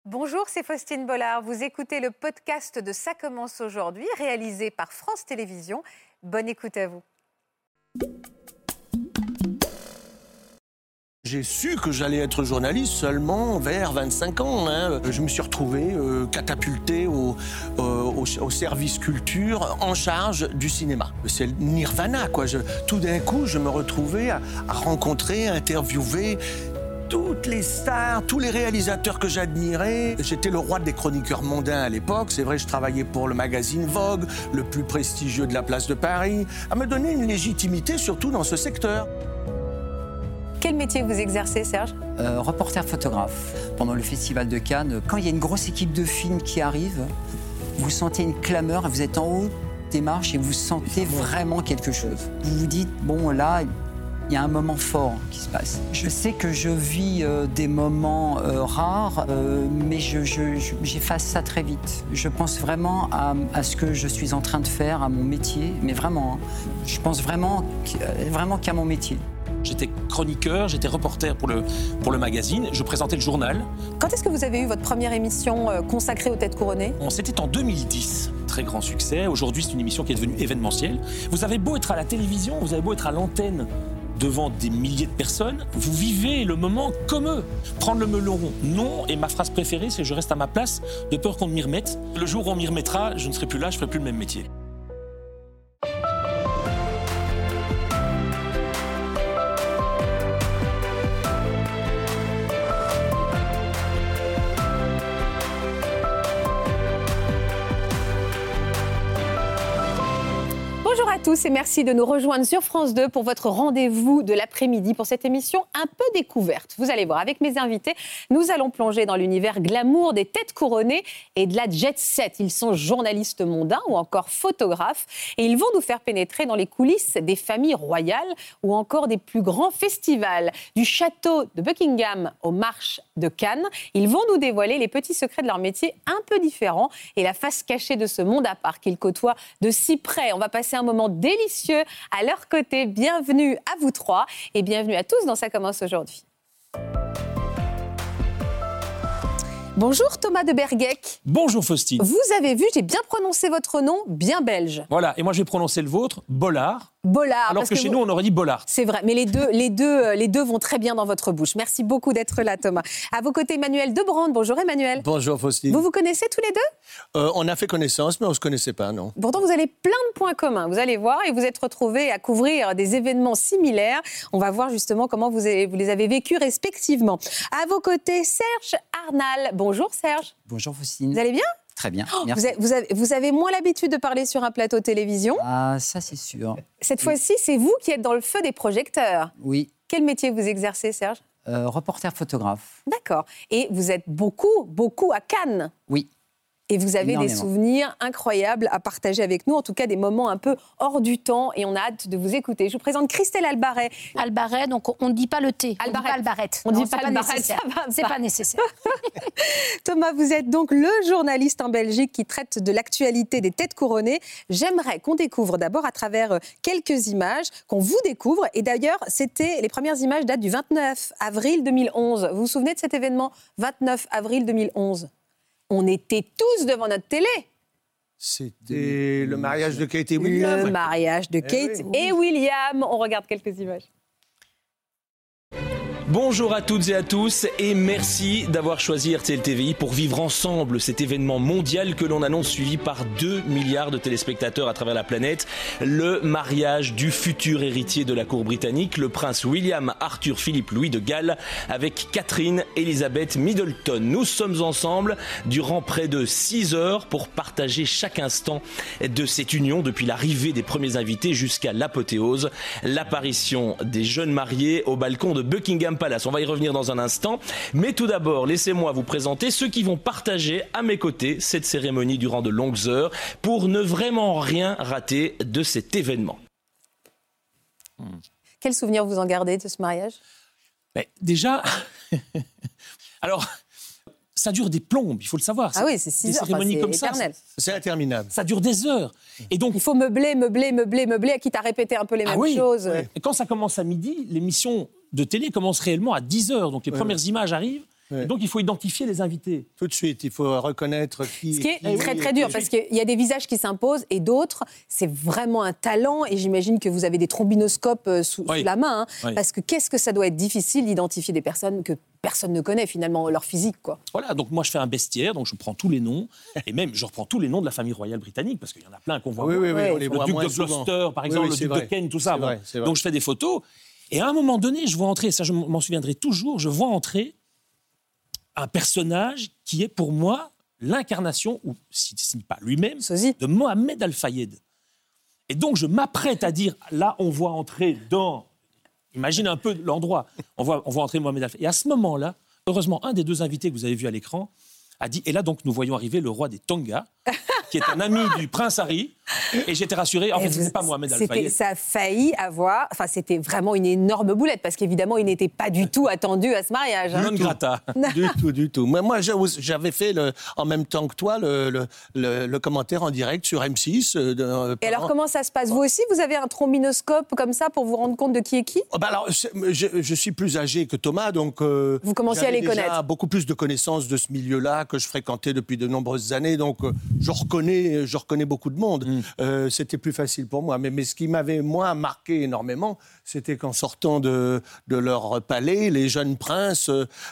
Bonjour, c'est Faustine Bollard. Vous écoutez le podcast de Ça commence aujourd'hui, réalisé par France Télévisions. Bonne écoute à vous. J'ai su que j'allais être journaliste seulement vers 25 ans. Je me suis retrouvé catapulté au service culture en charge du cinéma. C'est le nirvana, quoi. Tout d'un coup, je me retrouvais à rencontrer, à interviewer toutes les stars, tous les réalisateurs que j'admirais. J'étais le roi des chroniqueurs mondains à l'époque. C'est vrai, je travaillais pour le magazine Vogue, le plus prestigieux de la place de Paris, à me donner une légitimité, surtout dans ce secteur. Quel métier vous exercez, Serge ? Reporter photographe. Pendant le Festival de Cannes, quand il y a une grosse équipe de films qui arrive, vous sentez une clameur et vous êtes en haut des marches et vous sentez vraiment quelque chose. Vous vous dites, bon là, il y a un moment fort qui se passe. Je sais que je vis des moments rares, mais j'efface ça très vite. Je pense vraiment à ce que je suis en train de faire, à mon métier, mais vraiment, je pense vraiment qu'à mon métier. J'étais chroniqueur, j'étais reporter pour le magazine, je présentais le journal. Quand est-ce que vous avez eu votre première émission consacrée aux têtes couronnées ? C'était en 2010, très grand succès. Aujourd'hui, c'est une émission qui est devenue événementielle. Vous avez beau être à la télévision, vous avez beau être à l'antenne devant des milliers de personnes, vous vivez le moment comme eux. Prendre le melon, non, et ma phrase préférée, c'est « je reste à ma place, de peur qu'on m'y remette ». Le jour où on m'y remettra, je ne serai plus là, je ne ferai plus le même métier. Bonjour à tous et merci de nous rejoindre sur France 2 pour votre rendez-vous de l'après-midi pour cette émission un peu découverte. Vous allez voir, avec mes invités, nous allons plonger dans l'univers glamour des têtes couronnées et de la jet set. Ils sont journalistes mondains ou encore photographes et ils vont nous faire pénétrer dans les coulisses des familles royales ou encore des plus grands festivals. Du château de Buckingham aux marches de Cannes, ils vont nous dévoiler les petits secrets de leur métier un peu différents et la face cachée de ce monde à part qu'ils côtoient de si près. On va passer un moment délicieux à leur côté. Bienvenue à vous trois et bienvenue à tous dans Ça commence aujourd'hui. Bonjour Thomas de Bergeyck. Bonjour Faustine. Vous avez vu, j'ai bien prononcé votre nom, bien belge. Voilà, et moi je vais prononcer le vôtre, Bollard. Bollard. Alors que chez nous, on aurait dit Bollard. C'est vrai, mais les deux vont très bien dans votre bouche. Merci beaucoup d'être là, Thomas. À vos côtés, Emmanuel Debrande. Bonjour Emmanuel. Bonjour Faustine. Vous connaissez tous les deux ? On a fait connaissance, mais on ne se connaissait pas, non. Pourtant, vous avez plein de points communs. Vous allez voir, et vous êtes retrouvés à couvrir des événements similaires. On va voir justement comment vous les avez vécus respectivement. À vos côtés, Serge Arnal. Bonjour Serge. Bonjour Faustine. Vous allez bien ? Très bien, merci. Vous avez moins l'habitude de parler sur un plateau télévision. Ah, ça c'est sûr. Cette fois-ci, c'est vous qui êtes dans le feu des projecteurs. Oui. Quel métier vous exercez, Serge ? Reporter photographe. D'accord. Et vous êtes beaucoup à Cannes. Oui. Et vous avez énormément. des souvenirs incroyables à partager avec nous, en tout cas des moments un peu hors du temps, et on a hâte de vous écouter. Je vous présente Christelle Albaret. Albaret, donc on ne dit pas le T. Albaret. On Non, ne dit c'est pas Albaret, nécessaire. ça va C'est pas. pas nécessaire. Thomas, vous êtes donc le journaliste en Belgique qui traite de l'actualité des têtes couronnées. J'aimerais qu'on découvre d'abord à travers quelques images, qu'on vous découvre. Et d'ailleurs, les premières images datent du 29 avril 2011. Vous vous souvenez de cet événement, 29 avril 2011 ? On était tous devant notre télé. C'était le mariage de Kate et William. Le mariage de Kate et William. On regarde quelques images. Bonjour à toutes et à tous et merci d'avoir choisi RTL TVI pour vivre ensemble cet événement mondial que l'on annonce suivi par 2 milliards de téléspectateurs à travers la planète. Le mariage du futur héritier de la cour britannique, le prince William Arthur Philippe Louis de Galles avec Catherine Elizabeth Middleton. Nous sommes ensemble durant près de 6 heures pour partager chaque instant de cette union depuis l'arrivée des premiers invités jusqu'à l'apothéose, l'apparition des jeunes mariés au balcon de Buckingham Palace. On va y revenir dans un instant. Mais tout d'abord, laissez-moi vous présenter ceux qui vont partager à mes côtés cette cérémonie durant de longues heures pour ne vraiment rien rater de cet événement. Quel souvenir vous en gardez de ce mariage ? Mais déjà, alors, ça dure des plombes, il faut le savoir. Ah oui, c'est 6 heures. Des cérémonies c'est comme éternel. C'est interminable. ça dure des heures. Et donc, Il faut meubler, quitte à répéter un peu les mêmes choses. Et quand ça commence à midi, l'émission de télé commence réellement à 10 heures. Donc les premières images arrivent Ouais. Et donc, il faut identifier les invités. Tout de suite, il faut reconnaître qui... Ce qui est très très dur, parce qu'il y a des visages qui s'imposent et d'autres, c'est vraiment un talent. Et j'imagine que vous avez des trombinoscopes sous la main. Oui. Parce que qu'est-ce que ça doit être difficile d'identifier des personnes que personne ne connaît finalement, leur physique, quoi. Voilà, donc moi je fais un bestiaire, donc je prends tous les noms, et même je reprends tous les noms de la famille royale britannique, parce qu'il y en a plein qu'on voit. Oui, oui, oui, Ouais. on les voit Le duc moins de souvent. Gloucester, par exemple, Oui, le c'est duc de vrai. Kent, tout ça. C'est Bon. vrai, c'est vrai. Donc je fais des photos, et à un moment donné, je vois entrer, et ça je m'en souviendrai toujours, je vois entrer un personnage qui est pour moi l'incarnation, ou si ce n'est pas lui-même, Sosie. de Mohamed Al-Fayed. Et donc je m'apprête à dire, là on voit entrer dans... Imagine un peu l'endroit. On voit entrer Mohamed Al-Fayed. Et à ce moment-là, heureusement, un des deux invités que vous avez vu à l'écran a dit, et là donc nous voyons arriver le roi des Tonga, qui est un ami du prince Harry, et j'étais rassuré, en fait ce n'est pas Mohamed Al-Fayed. Ça a failli avoir... Enfin, c'était vraiment une énorme boulette, parce qu'évidemment, il n'était pas du tout attendu à ce mariage. Non grata. Du tout. Moi, j'avais fait, en même temps que toi, le commentaire en direct sur M6. Et alors, comment ça se passe? Vous aussi, vous avez un trombinoscope comme ça pour vous rendre compte de qui est qui? Alors, je suis plus âgé que Thomas, donc... Vous commencez à les j'avais déjà connaître. beaucoup plus de connaissances de ce milieu-là que je fréquentais depuis de nombreuses années, donc je reconnais beaucoup de monde. C'était plus facile pour moi. Mais ce qui m'avait, moi, marqué énormément, c'était qu'en sortant de leur palais, les jeunes princes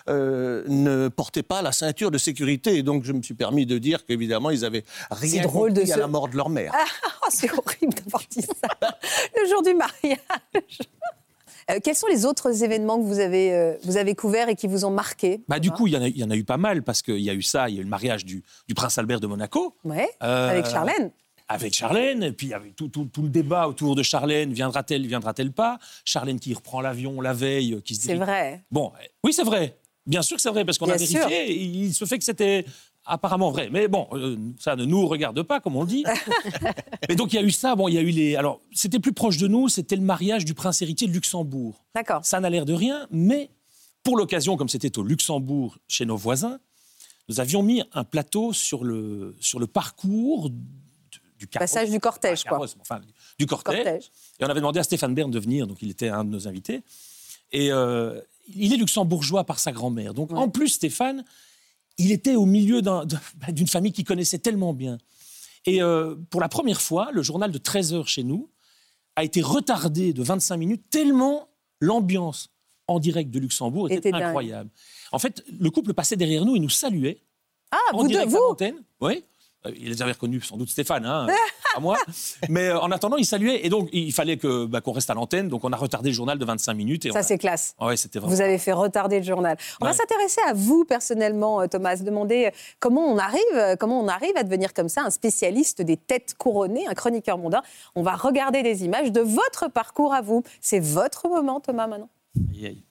ne portaient pas la ceinture de sécurité. Et donc, je me suis permis de dire qu'évidemment, ils avaient rien drôle compris de à la mort de leur mère. Oh, c'est horrible d'avoir dit ça. Le jour du mariage. Quels sont les autres événements que vous avez couverts et qui vous ont marqué? Du coup, il y en a eu pas mal, parce qu'il y a eu ça, il y a eu le mariage du prince Albert de Monaco. Ouais, avec Charlène. Avec Charlène, et puis il y avait tout le débat autour de Charlène, viendra-t-elle pas? Charlène qui reprend l'avion la veille, qui se dit... C'est vrai. Bon, oui, c'est vrai. Bien sûr que c'est vrai, parce qu'on a Bien vérifié, sûr. et il se fait que c'était apparemment vrai. Mais bon, ça ne nous regarde pas, comme on dit. Mais donc il y a eu ça, il y a eu les... Alors, c'était plus proche de nous, c'était le mariage du prince héritier de Luxembourg. D'accord. Ça n'a l'air de rien, mais pour l'occasion, comme c'était au Luxembourg, chez nos voisins, nous avions mis un plateau sur le parcours du carrosse. Passage du cortège, quoi. Enfin, du cortège. Et on avait demandé à Stéphane Bern de venir, donc il était un de nos invités. Et il est luxembourgeois par sa grand-mère. Donc en plus, Stéphane, il était au milieu d'une famille qu'il connaissait tellement bien. Et pour la première fois, le journal de 13h chez nous a été retardé de 25 minutes, tellement l'ambiance en direct de Luxembourg était incroyable. En fait, le couple passait derrière nous, il nous saluait. Ah, en vous direct deux, à vous? l'antenne. Oui. Il les avait reconnus, sans doute Stéphane, pas moi. Mais en attendant, il saluait. Et donc, il fallait qu'on reste à l'antenne. Donc, on a retardé le journal de 25 minutes. Et Ça, c'est classe. Oui, c'était vraiment... Vous avez fait retarder le journal. On va s'intéresser à vous, personnellement, Thomas. Se demander comment on arrive à devenir comme ça un spécialiste des têtes couronnées, un chroniqueur mondain. On va regarder des images de votre parcours à vous. C'est votre moment, Thomas, maintenant. Aïe, aïe.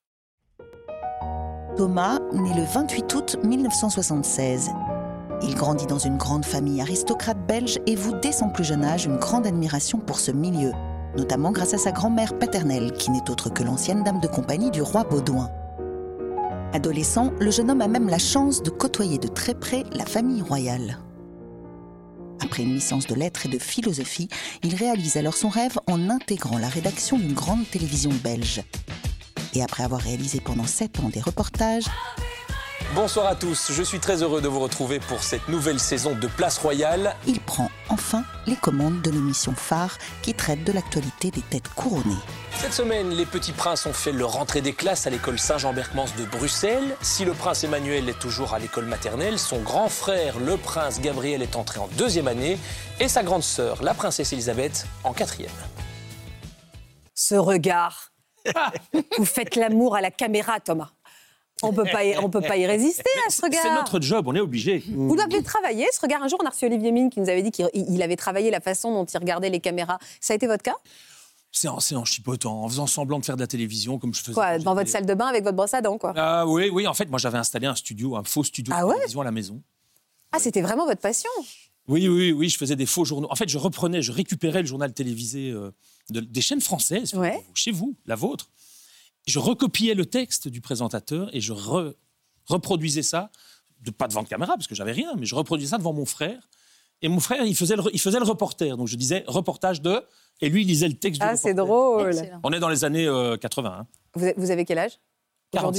Thomas naît le 28 août 1976. Il grandit dans une grande famille aristocrate belge et voue dès son plus jeune âge une grande admiration pour ce milieu, notamment grâce à sa grand-mère paternelle, qui n'est autre que l'ancienne dame de compagnie du roi Baudouin. Adolescent, le jeune homme a même la chance de côtoyer de très près la famille royale. Après une licence de lettres et de philosophie, il réalise alors son rêve en intégrant la rédaction d'une grande télévision belge. Et après avoir réalisé pendant 7 ans des reportages... Bonsoir à tous, je suis très heureux de vous retrouver pour cette nouvelle saison de Place Royale. Il prend enfin les commandes de l'émission phare qui traite de l'actualité des têtes couronnées. Cette semaine, les petits princes ont fait leur rentrée des classes à l'école Saint-Jean-Berckmans de Bruxelles. Si le prince Emmanuel est toujours à l'école maternelle, son grand frère, le prince Gabriel, est entré en 2e année et sa grande sœur, la princesse Elisabeth, en 4e. Ce regard. Vous faites l'amour à la caméra, Thomas. On peut pas y résister à ce regard. C'est notre job, on est obligé. Vous l'avez travaillé, ce regard. Un jour, on a reçu Olivier Mine qui nous avait dit qu'il avait travaillé la façon dont il regardait les caméras. Ça a été votre cas? C'est en chipotant, en faisant semblant de faire de la télévision, comme je faisais. Quoi, dans votre salle de bain avec votre brosse à dents, quoi? Oui. En fait, moi, j'avais installé un faux studio de télévision à la maison. Ah, c'était vraiment votre passion? Oui, je faisais des faux journaux. En fait, je récupérais le journal télévisé des chaînes françaises, chez vous, la vôtre. Je recopiais le texte du présentateur et je reproduisais ça, pas devant la caméra, parce que j'avais rien, mais je reproduisais ça devant mon frère. Et mon frère, il faisait le reporter. Donc je disais reportage de... Et lui, il lisait le texte du reporter. Ah, c'est drôle. Excellent. On est dans les années 80. Vous avez quel âge aujourd'hui? 46.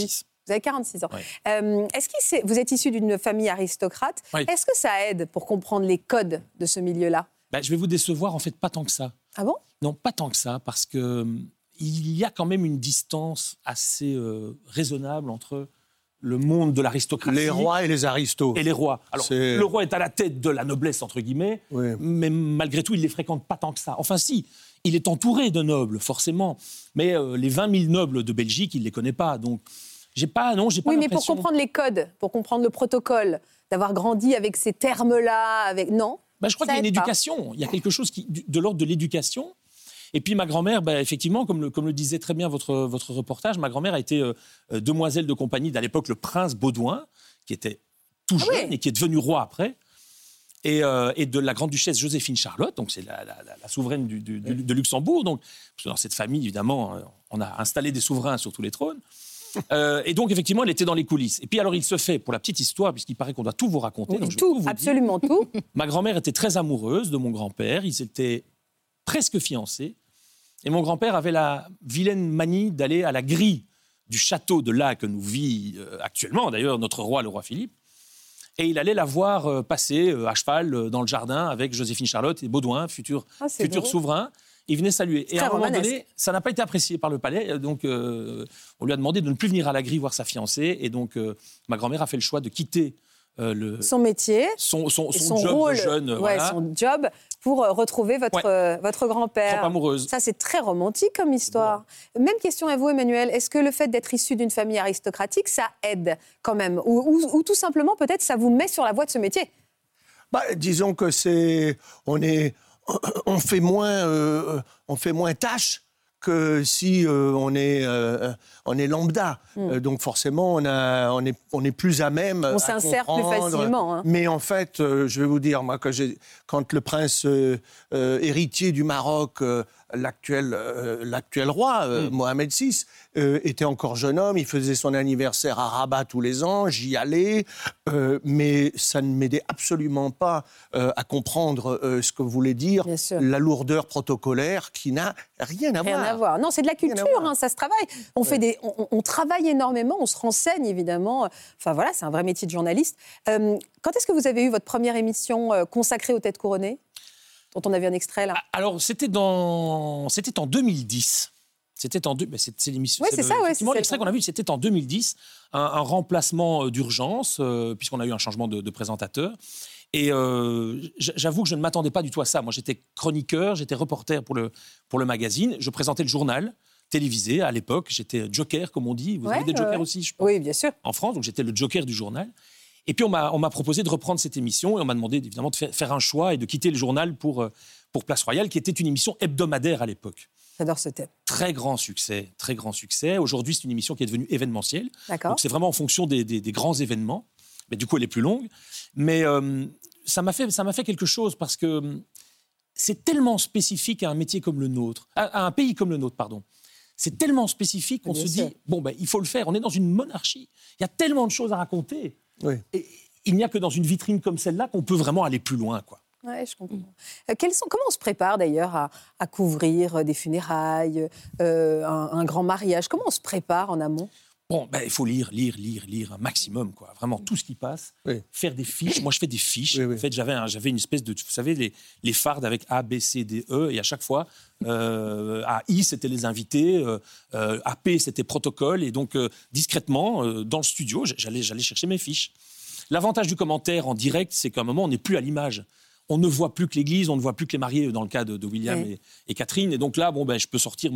Vous avez 46 ans. Ouais. Vous êtes issu d'une famille aristocrate. Oui. Est-ce que ça aide pour comprendre les codes de ce milieu-là? Je vais vous décevoir, en fait, pas tant que ça. Ah bon? Non, pas tant que ça, parce que il y a quand même une distance assez raisonnable entre le monde de l'aristocratie... Les rois et les aristos. Et les rois. Alors, le roi est à la tête de la noblesse, entre guillemets, Oui. mais malgré tout, il ne les fréquente pas tant que ça. Enfin, si, il est entouré de nobles, forcément, mais les 20 000 nobles de Belgique, il ne les connaît pas. Donc, j'ai pas Oui, mais pour l'impression... comprendre les codes, pour comprendre le protocole, d'avoir grandi avec ces termes-là, non? Je crois qu'il y a une éducation. Il y a quelque chose de l'ordre de l'éducation. Et puis ma grand-mère, effectivement, comme le disait très bien votre reportage, ma grand-mère a été demoiselle de compagnie d'à l'époque le prince Baudouin, qui était tout jeune et qui est devenu roi après, et de la grande-duchesse Joséphine Charlotte, donc c'est la souveraine de Luxembourg. Donc, parce que dans cette famille, évidemment, on a installé des souverains sur tous les trônes. Et donc, effectivement, elle était dans les coulisses. Et puis, alors, il se fait, pour la petite histoire, puisqu'il paraît qu'on doit tout vous raconter. Oui, donc je vais tout, vous absolument dire. tout. Ma grand-mère était très amoureuse de mon grand-père. Ils étaient presque fiancés. Et mon grand-père avait la vilaine manie d'aller à la grille du château de là que nous vit actuellement, d'ailleurs, notre roi, le roi Philippe. Et il allait la voir passer à cheval dans le jardin avec Joséphine Charlotte et Baudouin, futur souverain. Il venait saluer. Et à un moment donné, ça n'a pas été apprécié par le palais. Donc, on lui a demandé de ne plus venir à la grille voir sa fiancée. Et donc, ma grand-mère a fait le choix de quitter son métier, son son job rôle, de jeune. Voilà. son job, pour retrouver votre grand-père. Trop amoureuse. Ça, c'est très romantique comme histoire. Ouais. Même question à vous, Emmanuel. Est-ce que le fait d'être issu d'une famille aristocratique, ça aide quand même? Ou tout simplement, peut-être, ça vous met sur la voie de ce métier? Disons que on fait moins tâche que si on est lambda. Donc forcément, on est plus à même on s'insère plus facilement. Hein. Mais en fait, je vais vous dire, moi, quand le prince héritier du Maroc, l'actuel roi, Mohamed VI, était encore jeune homme, il faisait son anniversaire à Rabat tous les ans, j'y allais, mais ça ne m'aidait absolument pas à comprendre ce que voulait dire la lourdeur protocolaire qui n'a rien à voir. Non, c'est de la culture, ça se travaille. On travaille énormément, on se renseigne évidemment. Enfin voilà, c'est un vrai métier de journaliste. Quand est-ce que vous avez eu votre première émission consacrée aux têtes couronnées, dont on a vu un extrait là? Alors c'était en 2010. C'est l'émission. Oui, c'est ça. L'extrait qu'on a vu, c'était en 2010, un remplacement d'urgence, puisqu'on a eu un changement de présentateur. Et j'avoue que je ne m'attendais pas du tout à ça. Moi, j'étais chroniqueur, j'étais reporter pour le magazine. Je présentais le journal télévisé à l'époque. J'étais joker, comme on dit. Vous avez des jokers aussi, je pense. Oui, bien sûr. En France, donc j'étais le joker du journal. Et puis, on m'a proposé de reprendre cette émission et on m'a demandé, évidemment, de faire un choix et de quitter le journal pour Place Royale, qui était une émission hebdomadaire à l'époque. J'adore ce thème. Très grand succès, très grand succès. Aujourd'hui, c'est une émission qui est devenue événementielle. D'accord. Donc, c'est vraiment en fonction des grands événements. Mais du coup, elle est plus longue. Mais ça m'a fait quelque chose parce que c'est tellement spécifique à un métier comme le nôtre, à un pays comme le nôtre, pardon. C'est tellement spécifique qu'on se dit, il faut le faire. On est dans une monarchie. Il y a tellement de choses à raconter. Oui. Et il n'y a que dans une vitrine comme celle-là qu'on peut vraiment aller plus loin, quoi. Oui, je comprends. Comment on se prépare d'ailleurs à couvrir des funérailles, un grand mariage? Comment on se prépare en amont? Il faut lire un maximum, quoi. Vraiment tout ce qui passe. Oui. Faire des fiches. Moi, je fais des fiches. Oui. En fait, j'avais une espèce de, vous savez, les fardes avec A, B, C, D, E, et à chaque fois, à I, c'était les invités, à P, c'était protocole, et donc discrètement, dans le studio, j'allais chercher mes fiches. L'avantage du commentaire en direct, c'est qu'à un moment, on n'est plus à l'image. On ne voit plus que l'église, on ne voit plus que les mariés, dans le cas de William et Catherine. Et donc là, je peux sortir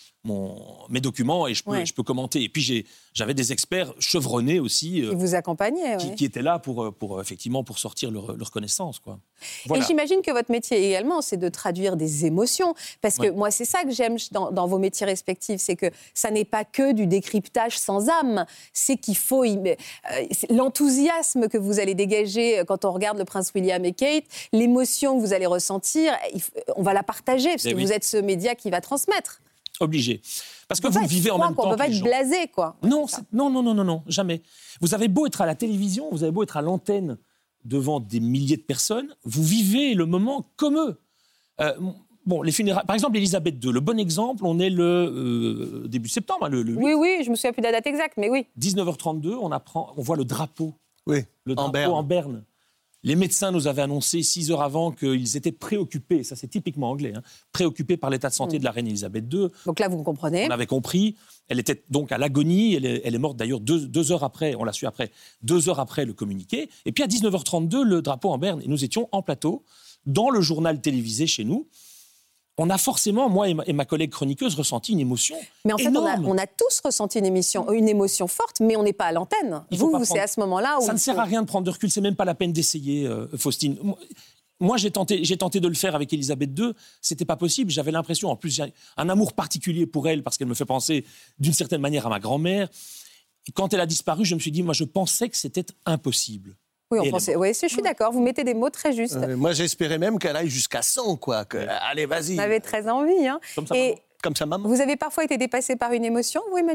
mes documents et je peux commenter. Et puis j'avais des experts chevronnés aussi qui vous accompagnaient, qui étaient là pour effectivement pour sortir leur connaissance, quoi. Voilà. Et j'imagine que votre métier également, c'est de traduire des émotions, parce que moi, c'est ça que j'aime dans vos métiers respectifs, c'est que ça n'est pas que du décryptage sans âme, c'est qu'il faut l'enthousiasme que vous allez dégager quand on regarde le prince William et Kate, l'émotion que vous allez ressentir, on va la partager, parce que vous êtes ce média qui va transmettre. Obligé. Parce que vous le vivez en même temps. On ne peut pas être blasé, quoi. Non, jamais. Vous avez beau être à la télévision, vous avez beau être à l'antenne devant des milliers de personnes, vous vivez le moment comme eux. Bon, les funérailles, par exemple, Élisabeth II, le bon exemple, on est le début septembre, le 8. Oui, je me souviens plus de la date exacte, mais oui. 19h32, on voit le drapeau. Oui, Le drapeau en berne. Les médecins nous avaient annoncé 6 heures avant qu'ils étaient préoccupés, ça c'est typiquement anglais, préoccupés par l'état de santé de la reine Élisabeth II. Donc là, vous comprenez. On avait compris. Elle était donc à l'agonie. Elle est morte d'ailleurs 2 heures après. On l'a su après. 2 heures après le communiqué. Et puis à 19h32, le drapeau en berne. Et nous étions en plateau, dans le journal télévisé chez nous. On a forcément, moi et ma collègue chroniqueuse, ressenti une émotion Mais en fait, énorme. on a tous ressenti une émotion forte, mais on n'est pas à l'antenne. C'est à ce moment-là où... Ça ne sert à rien de prendre de recul. C'est même pas la peine d'essayer, Faustine. Moi, j'ai tenté de le faire avec Élisabeth II. C'était pas possible. J'avais l'impression, en plus, j'ai un amour particulier pour elle parce qu'elle me fait penser, d'une certaine manière, à ma grand-mère. Et quand elle a disparu, je me suis dit, moi, je pensais que c'était impossible. Oui, je suis d'accord. Vous mettez des mots très justes. Moi, j'espérais même qu'elle aille jusqu'à 100, quoi. Allez, vas-y. Vous avez très envie. Comme sa maman. Vous avez parfois été dépassé par une émotion, vous, Emmanuel ?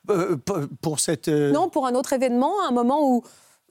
Pour cette... Non, pour un autre événement, un moment où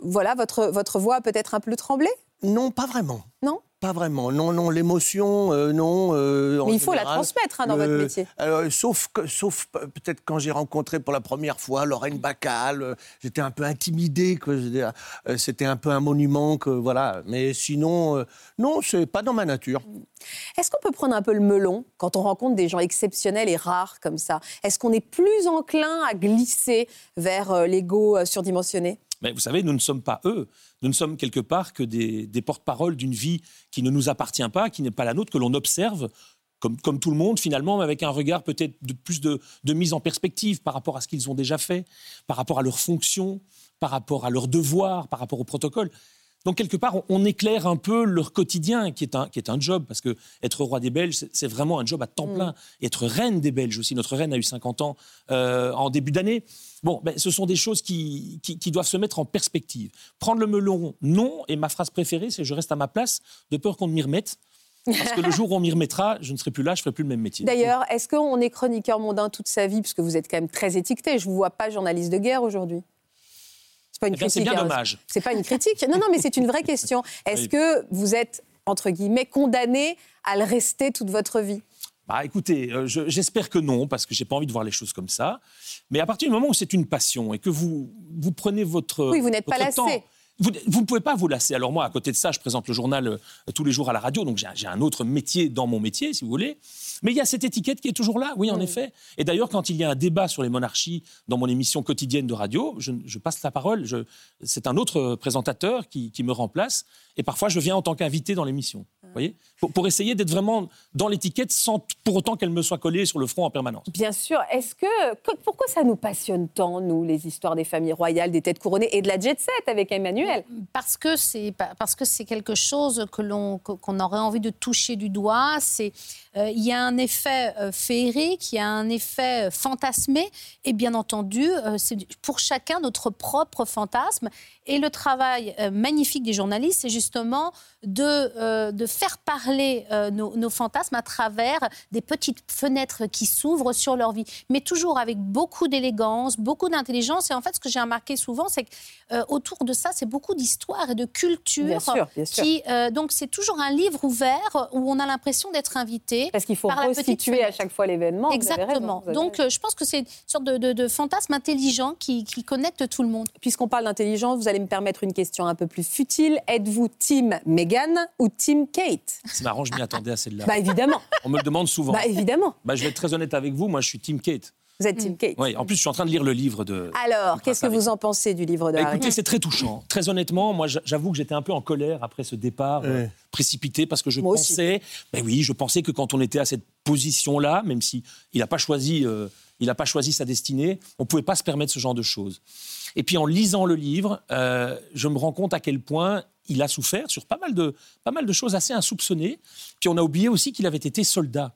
votre voix a peut-être un peu tremblé ? Non, pas vraiment. Non ? Pas vraiment. Non, l'émotion, non. Mais il faut la transmettre dans votre métier. Sauf peut-être quand j'ai rencontré pour la première fois Lorraine Bacal, j'étais un peu intimidé. C'était un peu un monument. Voilà. Mais sinon, non, c'est pas dans ma nature. Est-ce qu'on peut prendre un peu le melon quand on rencontre des gens exceptionnels et rares comme ça ? Est-ce qu'on est plus enclin à glisser vers l'ego surdimensionné ? Mais vous savez, nous ne sommes pas eux. Nous ne sommes quelque part que des porte-parole d'une vie qui ne nous appartient pas, qui n'est pas la nôtre, que l'on observe comme tout le monde finalement, mais avec un regard peut-être plus de mise en perspective par rapport à ce qu'ils ont déjà fait, par rapport à leurs fonctions, par rapport à leurs devoirs, par rapport au protocole. Donc quelque part, on éclaire un peu leur quotidien, qui est un job, parce que être roi des Belges, c'est vraiment un job à temps plein. Et être reine des Belges aussi. Notre reine a eu 50 ans en début d'année. Bon, ce sont des choses qui doivent se mettre en perspective. Prendre le melon, non. Et ma phrase préférée, c'est « je reste à ma place, de peur qu'on ne m'y remette ». Parce que le jour où on m'y remettra, je ne serai plus là, je ne ferai plus le même métier. D'ailleurs, est-ce qu'on est chroniqueur mondain toute sa vie, parce que vous êtes quand même très étiqueté. Je ne vous vois pas journaliste de guerre aujourd'hui. C'est pas une critique. C'est bien dommage. C'est pas une critique. Non, mais c'est une vraie question. Est-ce que vous êtes, entre guillemets, condamné à le rester toute votre vie ? Écoutez, j'espère que non, parce que je n'ai pas envie de voir les choses comme ça. Mais à partir du moment où c'est une passion et que vous prenez votre Oui, vous n'êtes pas lassé. Vous ne pouvez pas vous lasser. Alors moi, à côté de ça, je présente le journal tous les jours à la radio, donc j'ai un autre métier dans mon métier, si vous voulez. Mais il y a cette étiquette qui est toujours là, oui, en effet. Et d'ailleurs, quand il y a un débat sur les monarchies dans mon émission quotidienne de radio, je passe la parole. C'est un autre présentateur qui me remplace. Et parfois, je viens en tant qu'invité dans l'émission. Vous voyez, pour essayer d'être vraiment dans l'étiquette sans pour autant qu'elle me soit collée sur le front en permanence. Bien sûr. Pourquoi ça nous passionne tant, nous, les histoires des familles royales, des têtes couronnées et de la jet-set avec Emmanuel ? Parce que c'est quelque chose qu'on aurait envie de toucher du doigt. Il y a un effet féerique, il y a un effet fantasmé. Et bien entendu, c'est pour chacun notre propre fantasme. Et le travail magnifique des journalistes, c'est justement de faire parler nos fantasmes à travers des petites fenêtres qui s'ouvrent sur leur vie. Mais toujours avec beaucoup d'élégance, beaucoup d'intelligence. Et en fait, ce que j'ai remarqué souvent, c'est qu'autour de ça, c'est beaucoup d'histoire et de culture. Bien sûr. Donc, c'est toujours un livre ouvert où on a l'impression d'être invité. Parce qu'il faut restituer à chaque fois l'événement. Exactement. Donc, je pense que c'est une sorte de fantasme intelligent qui connecte tout le monde. Puisqu'on parle d'intelligence, vous allez me permettre une question un peu plus futile. Êtes-vous team Meghan ou team Kate ? C'est marrant, je m'y attendais à celle-là. Évidemment. On me le demande souvent. Évidemment. Je vais être très honnête avec vous, moi je suis team Kate. Vous êtes team Kate. Oui, en plus je suis en train de lire le livre de... Alors, qu'est-ce que vous en pensez du livre de Harry ? Écoutez, c'est très touchant. Très honnêtement, moi j'avoue que j'étais un peu en colère après ce départ précipité parce que je pensais que quand on était à cette position-là, même si il n'a pas choisi sa destinée, on ne pouvait pas se permettre ce genre de choses. Et puis en lisant le livre, je me rends compte à quel point il a souffert sur pas mal de choses assez insoupçonnées. Puis on a oublié aussi qu'il avait été soldat.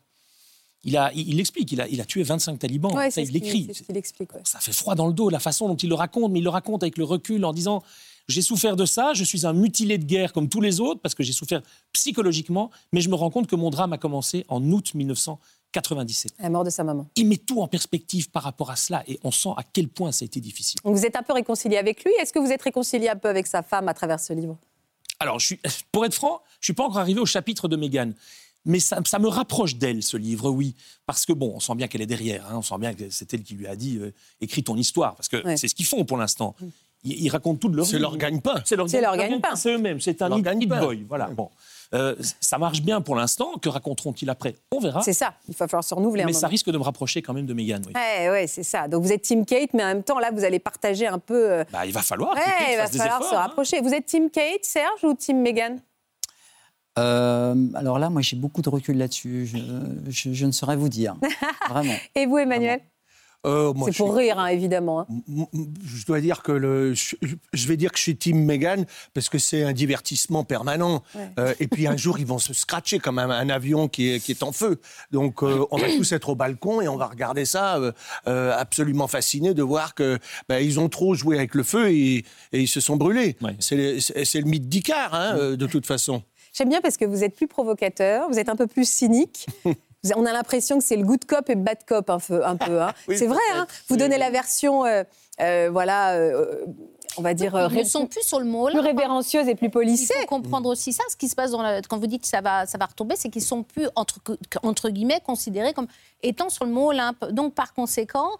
Il explique, il a tué 25 talibans. Ouais, ça, il l'écrit. C'est ce qu'il explique. Ouais. Ça fait froid dans le dos, la façon dont il le raconte, mais il le raconte avec le recul en disant « J'ai souffert de ça, je suis un mutilé de guerre comme tous les autres, parce que j'ai souffert psychologiquement, mais je me rends compte que mon drame a commencé en août 1997. » La mort de sa maman. Il met tout en perspective par rapport à cela, et on sent à quel point ça a été difficile. Donc vous êtes un peu réconcilié avec lui. Est-ce que vous êtes réconcilié un peu avec sa femme à travers ce livre ? Alors, pour être franc, je ne suis pas encore arrivé au chapitre de Meghan. Mais ça me rapproche d'elle, ce livre, oui. Parce que, bon, on sent bien qu'elle est derrière. On sent bien que c'est elle qui lui a dit écris ton histoire. Parce que c'est ce qu'ils font pour l'instant. Ils racontent tout de leur vie. C'est leur gagne-pain. C'est leur gagne-pain. C'est eux-mêmes. C'est un hit boy. Voilà. Bon. Ça marche bien pour l'instant. Que raconteront-ils après? On verra. C'est ça. Il va falloir se renouveler. Mais ça risque de me rapprocher quand même de Meghan. Oui. Ouais, c'est ça. Donc vous êtes Team Kate, mais en même temps, là, vous allez partager un peu. Il va falloir. Il va falloir se rapprocher. Vous êtes Team Kate, Serge, ou Team Meghan? Alors là, moi, j'ai beaucoup de recul là-dessus. Je ne saurais vous dire. Vraiment. Et vous, Emmanuel? Moi, c'est pour rire, hein, évidemment. Je dois dire que je vais dire que je suis team Meghan parce que c'est un divertissement permanent. Et puis un jour, ils vont se scratcher comme un avion qui est en feu. Donc on va tous être au balcon et on va regarder ça absolument fascinés de voir que ils ont trop joué avec le feu et ils se sont brûlés. Ouais. C'est le mythe d'Icare, hein, de toute façon. J'aime bien parce que vous êtes plus provocateur, vous êtes un peu plus cynique. On a l'impression que c'est le good cop et le bad cop un peu. Hein. Oui, c'est vrai, hein. Vous donnez la version, on va dire... Ils ne sont plus sur le mot là. Plus révérencieuse et plus policée. Il faut comprendre aussi ça. Ce qui se passe quand vous dites que ça va retomber, c'est qu'ils ne sont plus, entre guillemets, considérés comme étant sur le mot Olympe. Donc, par conséquent,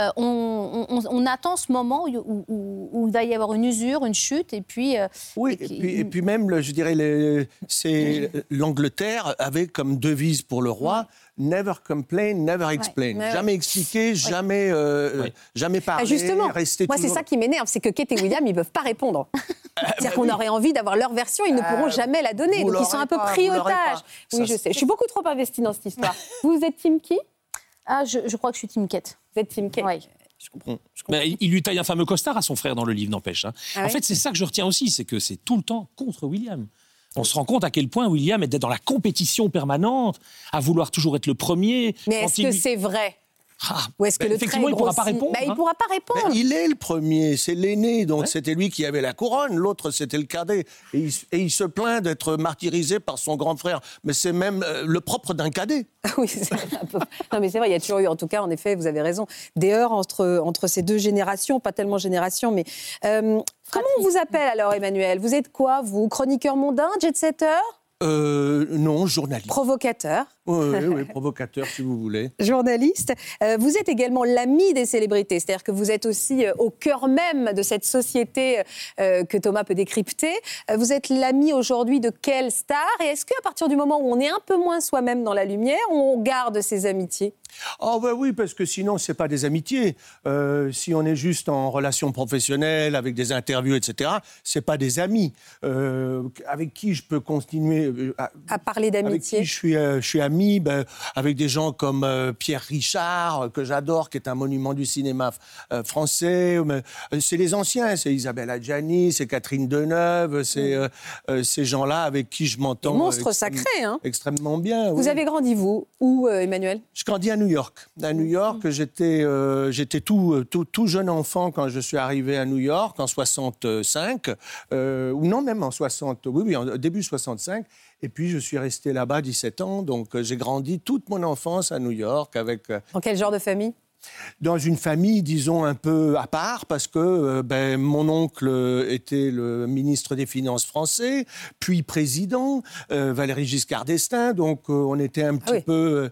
on attend ce moment où il va y avoir une usure, une chute, et puis... et puis même, je dirais, c'est l'Angleterre avait comme devise pour le roi... Never complain, never explain. Jamais expliquer, jamais parler, justement, rester moi, toujours... c'est ça qui m'énerve, c'est que Kate et William, ils ne peuvent pas répondre. C'est-à-dire qu'on aurait envie d'avoir leur version, ils ne pourront jamais la donner. Donc, ils sont un peu pris otage. Oui, je sais. Je suis beaucoup trop investie dans cette histoire. Vous êtes team qui? Je crois que je suis team Kate. Vous êtes team Kate? Oui. Je comprends. Il lui taille un fameux costard à son frère dans le livre, n'empêche. Hein. En fait, c'est ça que je retiens aussi, c'est que c'est tout le temps contre William. On se rend compte à quel point William était dans la compétition permanente, à vouloir toujours être le premier. Mais est-ce que c'est vrai? Ou est-ce que effectivement, il ne pourra pas répondre. Il ne pourra pas répondre. Il est le premier, c'est l'aîné, donc c'était lui qui avait la couronne, l'autre c'était le cadet. Et il se plaint d'être martyrisé par son grand frère. Mais c'est même le propre d'un cadet. Oui, c'est un peu... Non, mais c'est vrai, il y a toujours eu, en tout cas, en effet, vous avez raison, des heurts entre ces deux générations, pas tellement générations, mais... comment on vous appelle alors, Emmanuel? Vous êtes quoi, vous? Chroniqueur mondain, jet-setter? Non, journaliste. Provocateur? Oui, provocateur, si vous voulez. Journaliste. Vous êtes également l'ami des célébrités, c'est-à-dire que vous êtes aussi au cœur même de cette société que Thomas peut décrypter. Vous êtes l'ami aujourd'hui de quelle star? Et est-ce qu'à partir du moment où on est un peu moins soi-même dans la lumière, on garde ses amitiés? Oh oui, parce que sinon, c'est pas des amitiés. Si on est juste en relation professionnelle, avec des interviews, etc., c'est pas des amis. Avec qui je peux continuer à parler d'amitié? Avec qui je suis ami, avec des gens comme Pierre Richard, que j'adore, qui est un monument du cinéma français. C'est les anciens, c'est Isabelle Adjani, c'est Catherine Deneuve, c'est ces gens-là avec qui je m'entends monstre sacré, hein. Extrêmement bien. Vous avez grandi, vous? Où, Emmanuel? Je grandis à New York. À New York, j'étais tout jeune enfant quand je suis arrivé à New York, en 65, ou non, même en 60, oui, en début 65. Et puis, je suis resté là-bas 17 ans. Donc, j'ai grandi toute mon enfance à New York avec... Dans quel genre de famille? Dans une famille, disons, un peu à part, parce que mon oncle était le ministre des Finances français, puis président, Valéry Giscard d'Estaing, donc on était un petit peu...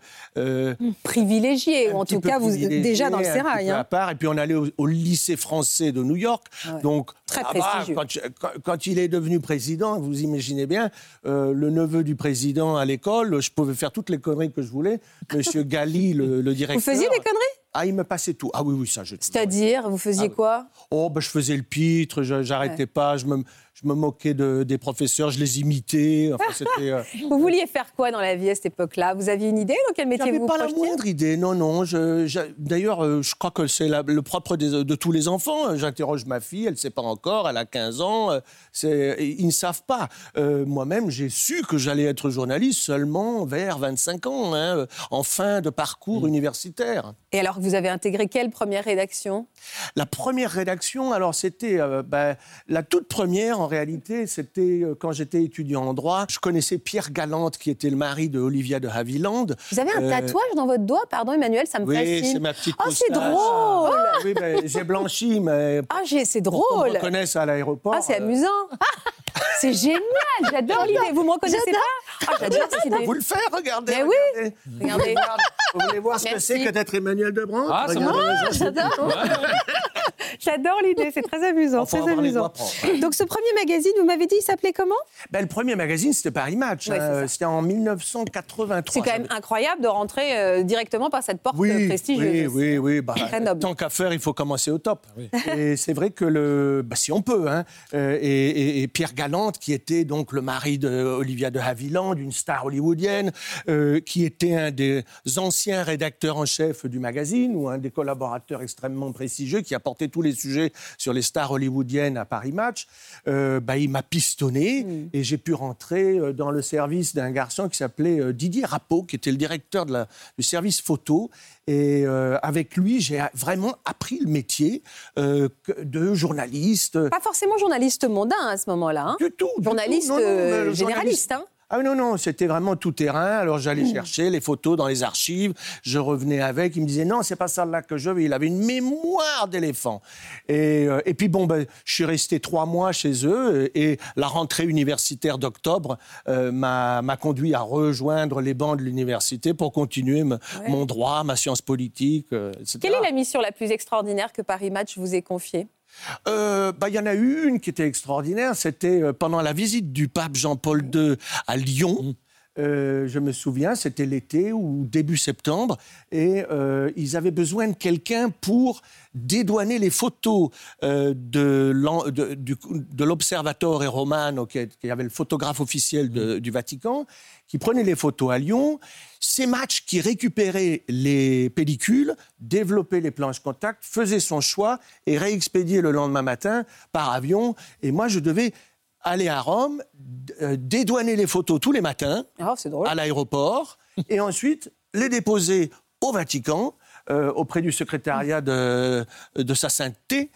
privilégié, ou en tout cas, vous déjà dans le sérail. À part, et puis on allait au lycée français de New York, donc... Très prestigieux. Quand il est devenu président, vous imaginez bien, le neveu du président à l'école, je pouvais faire toutes les conneries que je voulais. Monsieur Galli, le directeur... Vous faisiez des conneries? Il me passait tout. Ah oui, ça, je... C'est-à-dire, vous faisiez quoi? Je faisais le pitre, j'arrêtais pas, je me moquais des professeurs, je les imitais. Enfin, c'était, Vous vouliez faire quoi dans la vie à cette époque-là? Vous aviez une idée dans quel métier vous projetiez? Pas la moindre idée, non. D'ailleurs, je crois que c'est le propre de tous les enfants. J'interroge ma fille, elle ne sait pas encore, elle a 15 ans. Ils ne savent pas. Moi-même, j'ai su que j'allais être journaliste seulement vers 25 ans, en fin de parcours universitaire. Et alors que vous avez intégré quelle première rédaction? La première rédaction, alors c'était la toute première, en réalité, c'était quand j'étais étudiant en droit. Je connaissais Pierre Galante, qui était le mari de Olivia de Havilland. Vous avez un tatouage dans votre doigt? Pardon, Emmanuel, ça me fascine. Oui, c'est ma petite moustache. C'est drôle. Oui, j'ai blanchi, mais... c'est drôle. On me reconnaisse à l'aéroport. C'est amusant. C'est génial, j'adore l'idée. Vous me reconnaissez pas? J'adore cette idée. Vous le faire, regardez. Mais oui. Regardez. Vous voulez voir ce que Merci. c'est que d'être Emmanuel Debrandt? Ah, ça J'adore. J'adore l'idée, c'est très amusant. Enfin, Très avoir les amusant. doigts propres. Donc ce premier magazine, vous m'avez dit, il s'appelait comment? Le premier magazine, c'était Paris Match. Ouais, c'est ça. C'était en 1983. C'est quand même incroyable de rentrer directement par cette porte prestigieuse. Oui. Très noble. Tant qu'à faire, il faut commencer au top. Et c'est vrai que si on peut, et Pierre Galante, qui était donc le mari d'Olivia de Havilland, une star hollywoodienne, qui était un des anciens rédacteurs en chef du magazine, ou un des collaborateurs extrêmement prestigieux, qui apportait tous les sujets sur les stars hollywoodiennes à Paris Match, il m'a pistonné et j'ai pu rentrer dans le service d'un garçon qui s'appelait Didier Rapeau, qui était le directeur du service photo. Et avec lui, j'ai vraiment appris le métier de journaliste. Pas forcément journaliste mondain à ce moment-là. Hein. Du tout. Journaliste généraliste. Hein. Ah non, c'était vraiment tout terrain. Alors j'allais chercher les photos dans les archives, je revenais avec, il me disait non, c'est pas ça là que je veux. Il avait une mémoire d'éléphant. Et puis je suis resté 3 mois chez eux et la rentrée universitaire d'octobre m'a conduit à rejoindre les bancs de l'université pour continuer mon droit, ma science politique, etc. Quelle est la mission la plus extraordinaire que Paris Match vous ait confiée? Il y en a eu une qui était extraordinaire, c'était pendant la visite du pape Jean-Paul II à Lyon. Je me souviens, c'était l'été ou début septembre, et ils avaient besoin de quelqu'un pour dédouaner les photos de l'Observatore Romano, qui avait le photographe officiel du Vatican, qui prenait les photos à Lyon. Ces matchs qui récupéraient les pellicules, développaient les planches contact, faisaient son choix et réexpédiaient le lendemain matin par avion. Et moi, je devais aller à Rome, dédouaner les photos tous les matins à l'aéroport et ensuite les déposer au Vatican auprès du secrétariat de sa sainteté.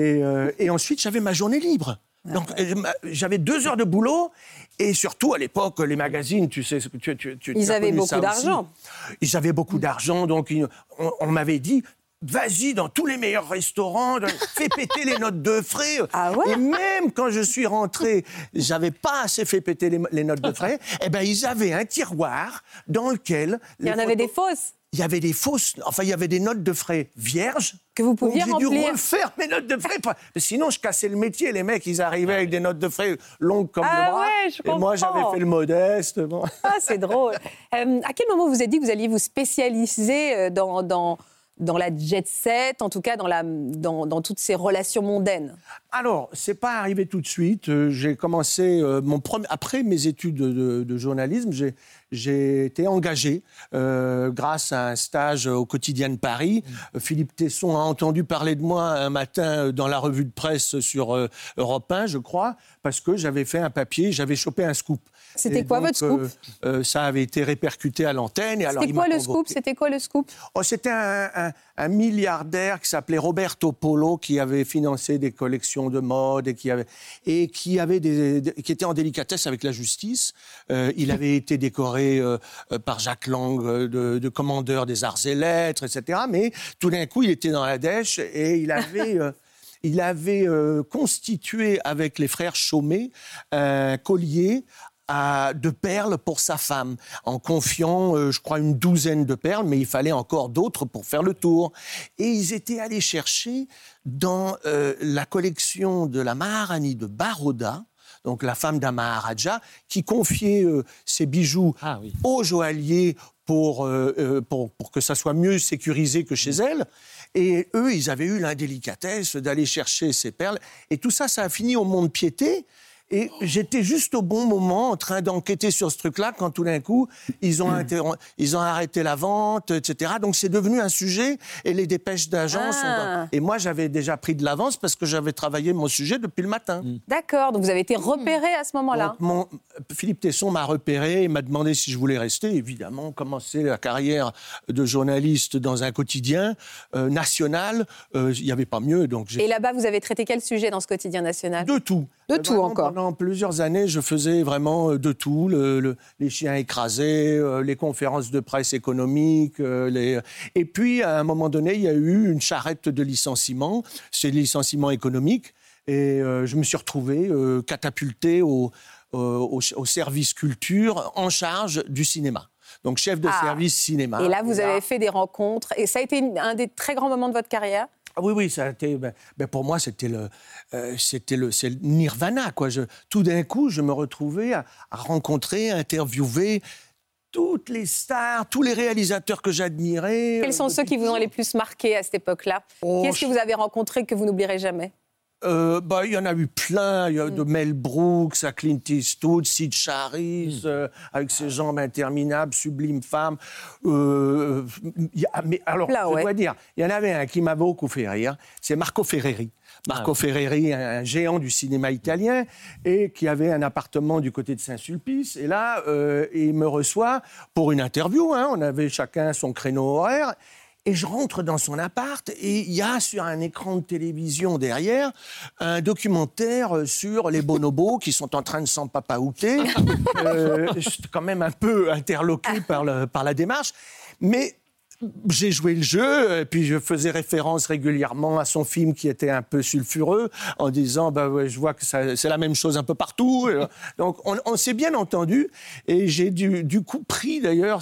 Et ensuite, j'avais ma journée libre. Donc, j'avais 2 heures de boulot. Et surtout, à l'époque, les magazines, tu sais... Ils avaient beaucoup d'argent. Ils avaient beaucoup d'argent, donc on m'avait dit... Vas-y dans tous les meilleurs restaurants, fais péter les notes de frais. Ah ouais? Et même quand je suis rentré, j'avais pas assez fait péter les notes de frais. Ils avaient un tiroir dans lequel... Il y en avait des fausses. Il y avait des fausses... Enfin, il y avait des notes de frais vierges. Que vous pouviez remplir. J'ai dû refaire mes notes de frais. Sinon, je cassais le métier. Les mecs, ils arrivaient avec des notes de frais longues comme le bras. Ouais, je comprends. Et moi, j'avais fait le modeste. Bon. Ah, c'est drôle. À quel moment vous vous êtes dit que vous alliez vous spécialiser dans la jet set, en tout cas dans toutes ces relations mondaines? Alors, c'est pas arrivé tout de suite. J'ai commencé après mes études de journalisme, j'ai été engagé grâce à un stage au Quotidien de Paris. Philippe Tesson a entendu parler de moi un matin dans la revue de presse sur Europe 1, je crois, parce que j'avais fait un papier, j'avais chopé un scoop. C'était quoi votre scoop? Ça avait été répercuté à l'antenne. C'était quoi le scoop? C'était quoi le scoop? C'était un milliardaire qui s'appelait Roberto Polo, qui avait financé des collections de mode et qui était en délicatesse avec la justice. Il avait été décoré par Jacques Lang de commandeur des arts et lettres, etc. Mais tout d'un coup, il était dans la dèche et il avait constitué avec les frères Chaumet un collier de perles pour sa femme, en confiant, je crois, une 12aine de perles, mais il fallait encore d'autres pour faire le tour. Et ils étaient allés chercher dans la collection de la Maharani de Baroda, donc la femme d'un Maharaja, qui confiait ses bijoux au joaillier pour que ça soit mieux sécurisé que chez elle. Et eux, ils avaient eu l'indélicatesse d'aller chercher ces perles. Et tout ça, ça a fini au mont-de-piété. Et j'étais juste au bon moment en train d'enquêter sur ce truc-là quand tout d'un coup, ils ont arrêté la vente, etc. Donc c'est devenu un sujet et les dépêches d'agents sont... Et moi, j'avais déjà pris de l'avance parce que j'avais travaillé mon sujet depuis le matin. D'accord, donc vous avez été repéré à ce moment-là. Philippe Tesson m'a repéré et m'a demandé si je voulais rester. Évidemment, commencer la carrière de journaliste dans un quotidien national, il n'y avait pas mieux. Donc et là-bas, vous avez traité quel sujet dans ce quotidien national? De tout. De tout encore. Pendant plusieurs années, je faisais vraiment de tout. Les chiens écrasés, les conférences de presse économiques. Et puis, à un moment donné, il y a eu une charrette de licenciements. C'est des licenciements économiques. Et je me suis retrouvé catapulté au service culture en charge du cinéma. Donc, chef de service cinéma. Et là, vous avez fait des rencontres. Et ça a été un des très grands moments de votre carrière? Oui, ça a été. Pour moi, c'est le nirvana, quoi. Tout d'un coup, je me retrouvais à rencontrer, à interviewer toutes les stars, tous les réalisateurs que j'admirais. Quels sont ceux qui vous ont les plus marqués à cette époque-là? Qui est-ce que vous avez rencontré que vous n'oublierez jamais? Il y en a eu plein, de Mel Brooks à Clint Eastwood, Sid Charisse, avec ses jambes interminables, sublime femme. Je dois dire, il y en avait un qui m'a beaucoup fait rire, c'est Marco Ferreri. Ferreri, un géant du cinéma italien, et qui avait un appartement du côté de Saint-Sulpice. Et là, il me reçoit pour une interview, on avait chacun son créneau horaire. Et je rentre dans son appart et il y a sur un écran de télévision derrière un documentaire sur les bonobos qui sont en train de s'empapaouter. J'étais quand même un peu interloqué par la démarche. Mais j'ai joué le jeu, et puis je faisais référence régulièrement à son film qui était un peu sulfureux, en disant je vois que c'est la même chose un peu partout. Donc on s'est bien entendu, et j'ai du coup pris d'ailleurs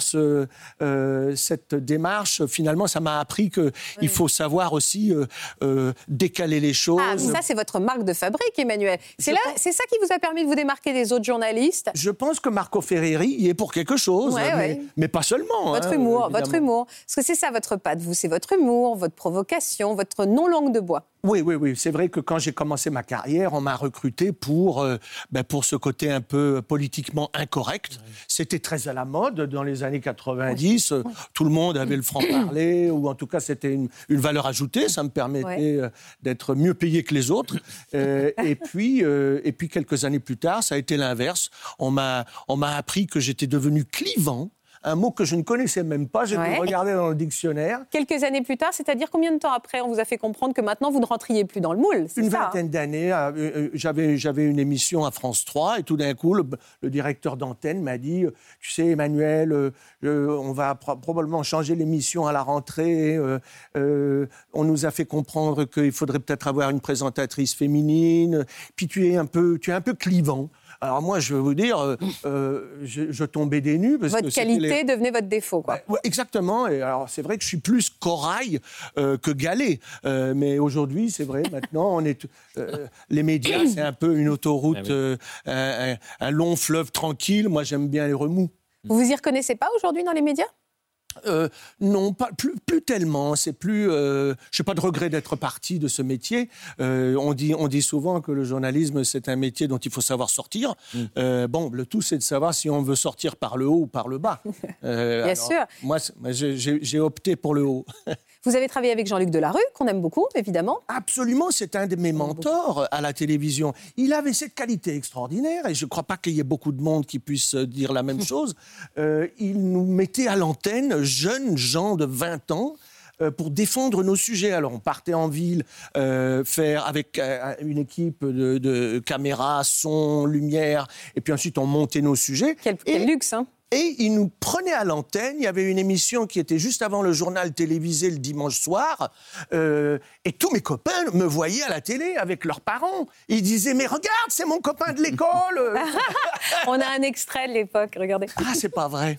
cette démarche. Finalement, ça m'a appris qu'il faut savoir aussi décaler les choses. Ah, mais ça, c'est votre marque de fabrique, Emmanuel. C'est ça qui vous a permis de vous démarquer des autres journalistes? Je pense que Marco Ferreri y est pour quelque chose, mais pas seulement. Votre humour. Parce que c'est ça votre patte, vous, c'est votre humour, votre provocation, votre non-langue de bois. Oui. C'est vrai que quand j'ai commencé ma carrière, on m'a recruté pour ce côté un peu politiquement incorrect. C'était très à la mode dans les années 90. Tout le monde avait le franc-parler, ou en tout cas, c'était une valeur ajoutée. Ça me permettait d'être mieux payé que les autres. Et puis, quelques années plus tard, ça a été l'inverse. On m'a appris que j'étais devenu clivant. Un mot que je ne connaissais même pas, j'ai dû regarder dans le dictionnaire. Quelques années plus tard, c'est-à-dire combien de temps après on vous a fait comprendre que maintenant vous ne rentriez plus dans le moule? Une vingtaine d'années, j'avais une émission à France 3 et tout d'un coup, le directeur d'antenne m'a dit « Tu sais, Emmanuel, on va probablement changer l'émission à la rentrée. On nous a fait comprendre qu'il faudrait peut-être avoir une présentatrice féminine. Puis tu es un peu clivant. » Alors moi, je vais vous dire, je tombais des nues. Votre qualité devenait votre défaut, quoi. Exactement. Et alors, c'est vrai que je suis plus corail que galet. Mais aujourd'hui, c'est vrai, maintenant, les médias, c'est un peu une autoroute, un long fleuve tranquille. Moi, j'aime bien les remous. Vous vous y reconnaissez pas aujourd'hui dans les médias? Non, plus tellement. C'est plus. Je n'ai pas de regret d'être parti de ce métier. On dit souvent que le journalisme, c'est un métier dont il faut savoir sortir. Le tout, c'est de savoir si on veut sortir par le haut ou par le bas. Bien sûr. Moi, j'ai opté pour le haut. Vous avez travaillé avec Jean-Luc Delarue, qu'on aime beaucoup, évidemment. Absolument, c'est un de mes mentors à la télévision. Il avait cette qualité extraordinaire, et je ne crois pas qu'il y ait beaucoup de monde qui puisse dire la même chose. Il nous mettait à l'antenne, jeunes gens de 20 ans, pour défendre nos sujets. Alors, on partait en ville faire avec une équipe de caméras, son, lumière, et puis ensuite on montait nos sujets. Quel luxe, hein! Et il nous prenait à l'antenne. Il y avait une émission qui était juste avant le journal télévisé le dimanche soir. Et tous mes copains me voyaient à la télé avec leurs parents. Ils disaient « Mais regarde, c'est mon copain de l'école !» On a un extrait de l'époque, regardez. Ah, c'est pas vrai.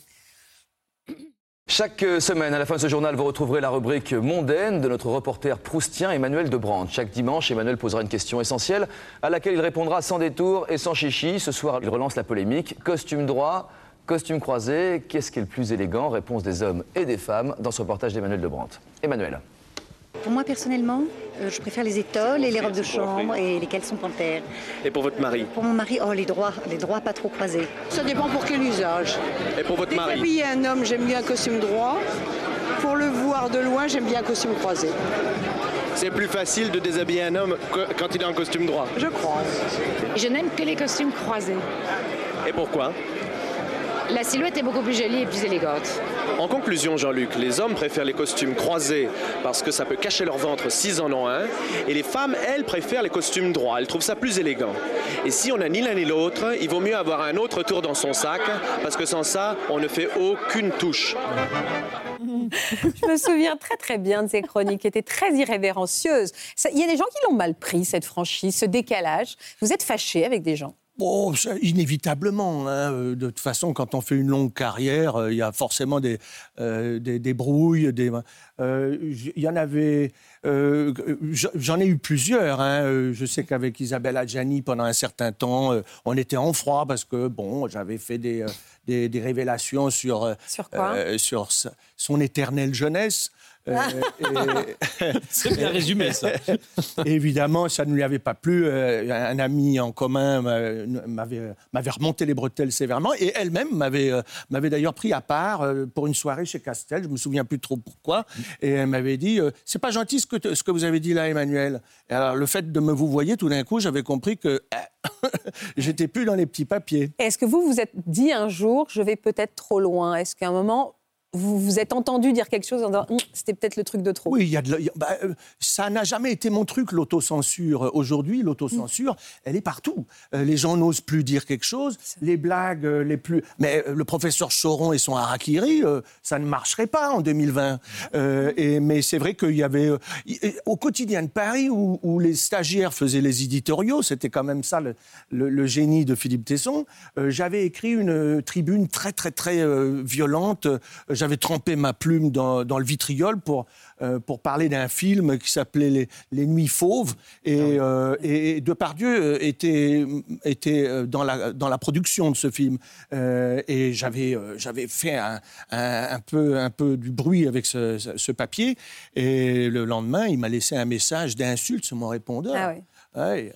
Chaque semaine, à la fin de ce journal, vous retrouverez la rubrique mondaine de notre reporter proustien Emmanuel Debrandt. Chaque dimanche, Emmanuel posera une question essentielle à laquelle il répondra sans détour et sans chichi. Ce soir, il relance la polémique. Costume droit, costume croisé, qu'est-ce qui est le plus élégant? Réponse des hommes et des femmes dans ce reportage d'Emmanuel Debrandt. Emmanuel. Pour moi, personnellement, je préfère les étoles et les robes de chambre et les caleçons panthères. Et pour votre mari? Pour mon mari, les droits pas trop croisés. Ça dépend pour quel usage. Et pour votre mari? Déshabiller un homme, j'aime bien un costume droit. Pour le voir de loin, j'aime bien un costume croisé. C'est plus facile de déshabiller un homme quand il est en costume droit? Je crois. Je n'aime que les costumes croisés. Et pourquoi? La silhouette est beaucoup plus jolie et plus élégante. En conclusion, Jean-Luc, les hommes préfèrent les costumes croisés parce que ça peut cacher leur ventre s'ils en ont un. Et les femmes, elles, préfèrent les costumes droits. Elles trouvent ça plus élégant. Et si on n'a ni l'un ni l'autre, il vaut mieux avoir un autre tour dans son sac parce que sans ça, on ne fait aucune touche. Je me souviens très très bien de ces chroniques qui étaient très irrévérencieuses. Il y a des gens qui l'ont mal pris, cette franchise, ce décalage. Vous êtes fâché avec des gens ? Oh, inévitablement. Hein. De toute façon, quand on fait une longue carrière, il y a forcément des brouilles. Il y en avait... j'en ai eu plusieurs. Hein. Je sais qu'avec Isabelle Adjani, pendant un certain temps, on était en froid parce que, bon, j'avais fait des révélations sur quoi sur son éternelle jeunesse. C'est bien résumé, ça. Évidemment, ça ne lui avait pas plu. Un ami en commun m'avait remonté les bretelles sévèrement et elle-même m'avait d'ailleurs pris à part pour une soirée chez Castel. Je me souviens plus trop pourquoi. Et elle m'avait dit c'est pas gentil ce que vous avez dit là, Emmanuel. Et alors, le fait de me vous voyer, tout d'un coup, j'avais compris que j'étais plus dans les petits papiers. Est-ce que vous vous êtes dit un jour je vais peut-être trop loin ? Est-ce qu'à un moment vous vous êtes entendu dire quelque chose en disant c'était peut-être le truc de trop? Oui, ça n'a jamais été mon truc, l'autocensure. Aujourd'hui, l'autocensure, elle est partout. Les gens n'osent plus dire quelque chose, les blagues les plus... Mais le professeur Choron et son harakiri, ça ne marcherait pas en 2020. Mais c'est vrai qu'il y avait... au quotidien de Paris, où les stagiaires faisaient les éditoriaux, c'était quand même ça le génie de Philippe Tesson, j'avais écrit une tribune très, très, très violente. J'avais trempé ma plume dans le vitriol pour parler d'un film qui s'appelait Les Nuits Fauves. Et Depardieu était dans la production de ce film. Et j'avais fait un peu du bruit avec ce papier. Et le lendemain, il m'a laissé un message d'insulte sur mon répondeur. Ah oui. Ouais,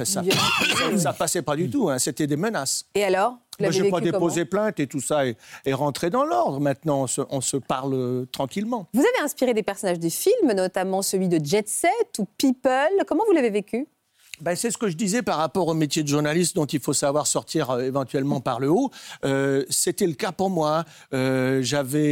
ça passait pas du tout, hein, c'était des menaces. Et alors moi, je n'ai pas déposé plainte et tout ça est rentré dans l'ordre. Maintenant, on se parle tranquillement. Vous avez inspiré des personnages des films, notamment celui de Jet Set ou People. Comment vous l'avez vécu ? C'est ce que je disais par rapport au métier de journaliste dont il faut savoir sortir éventuellement par le haut. C'était le cas pour moi. J'étais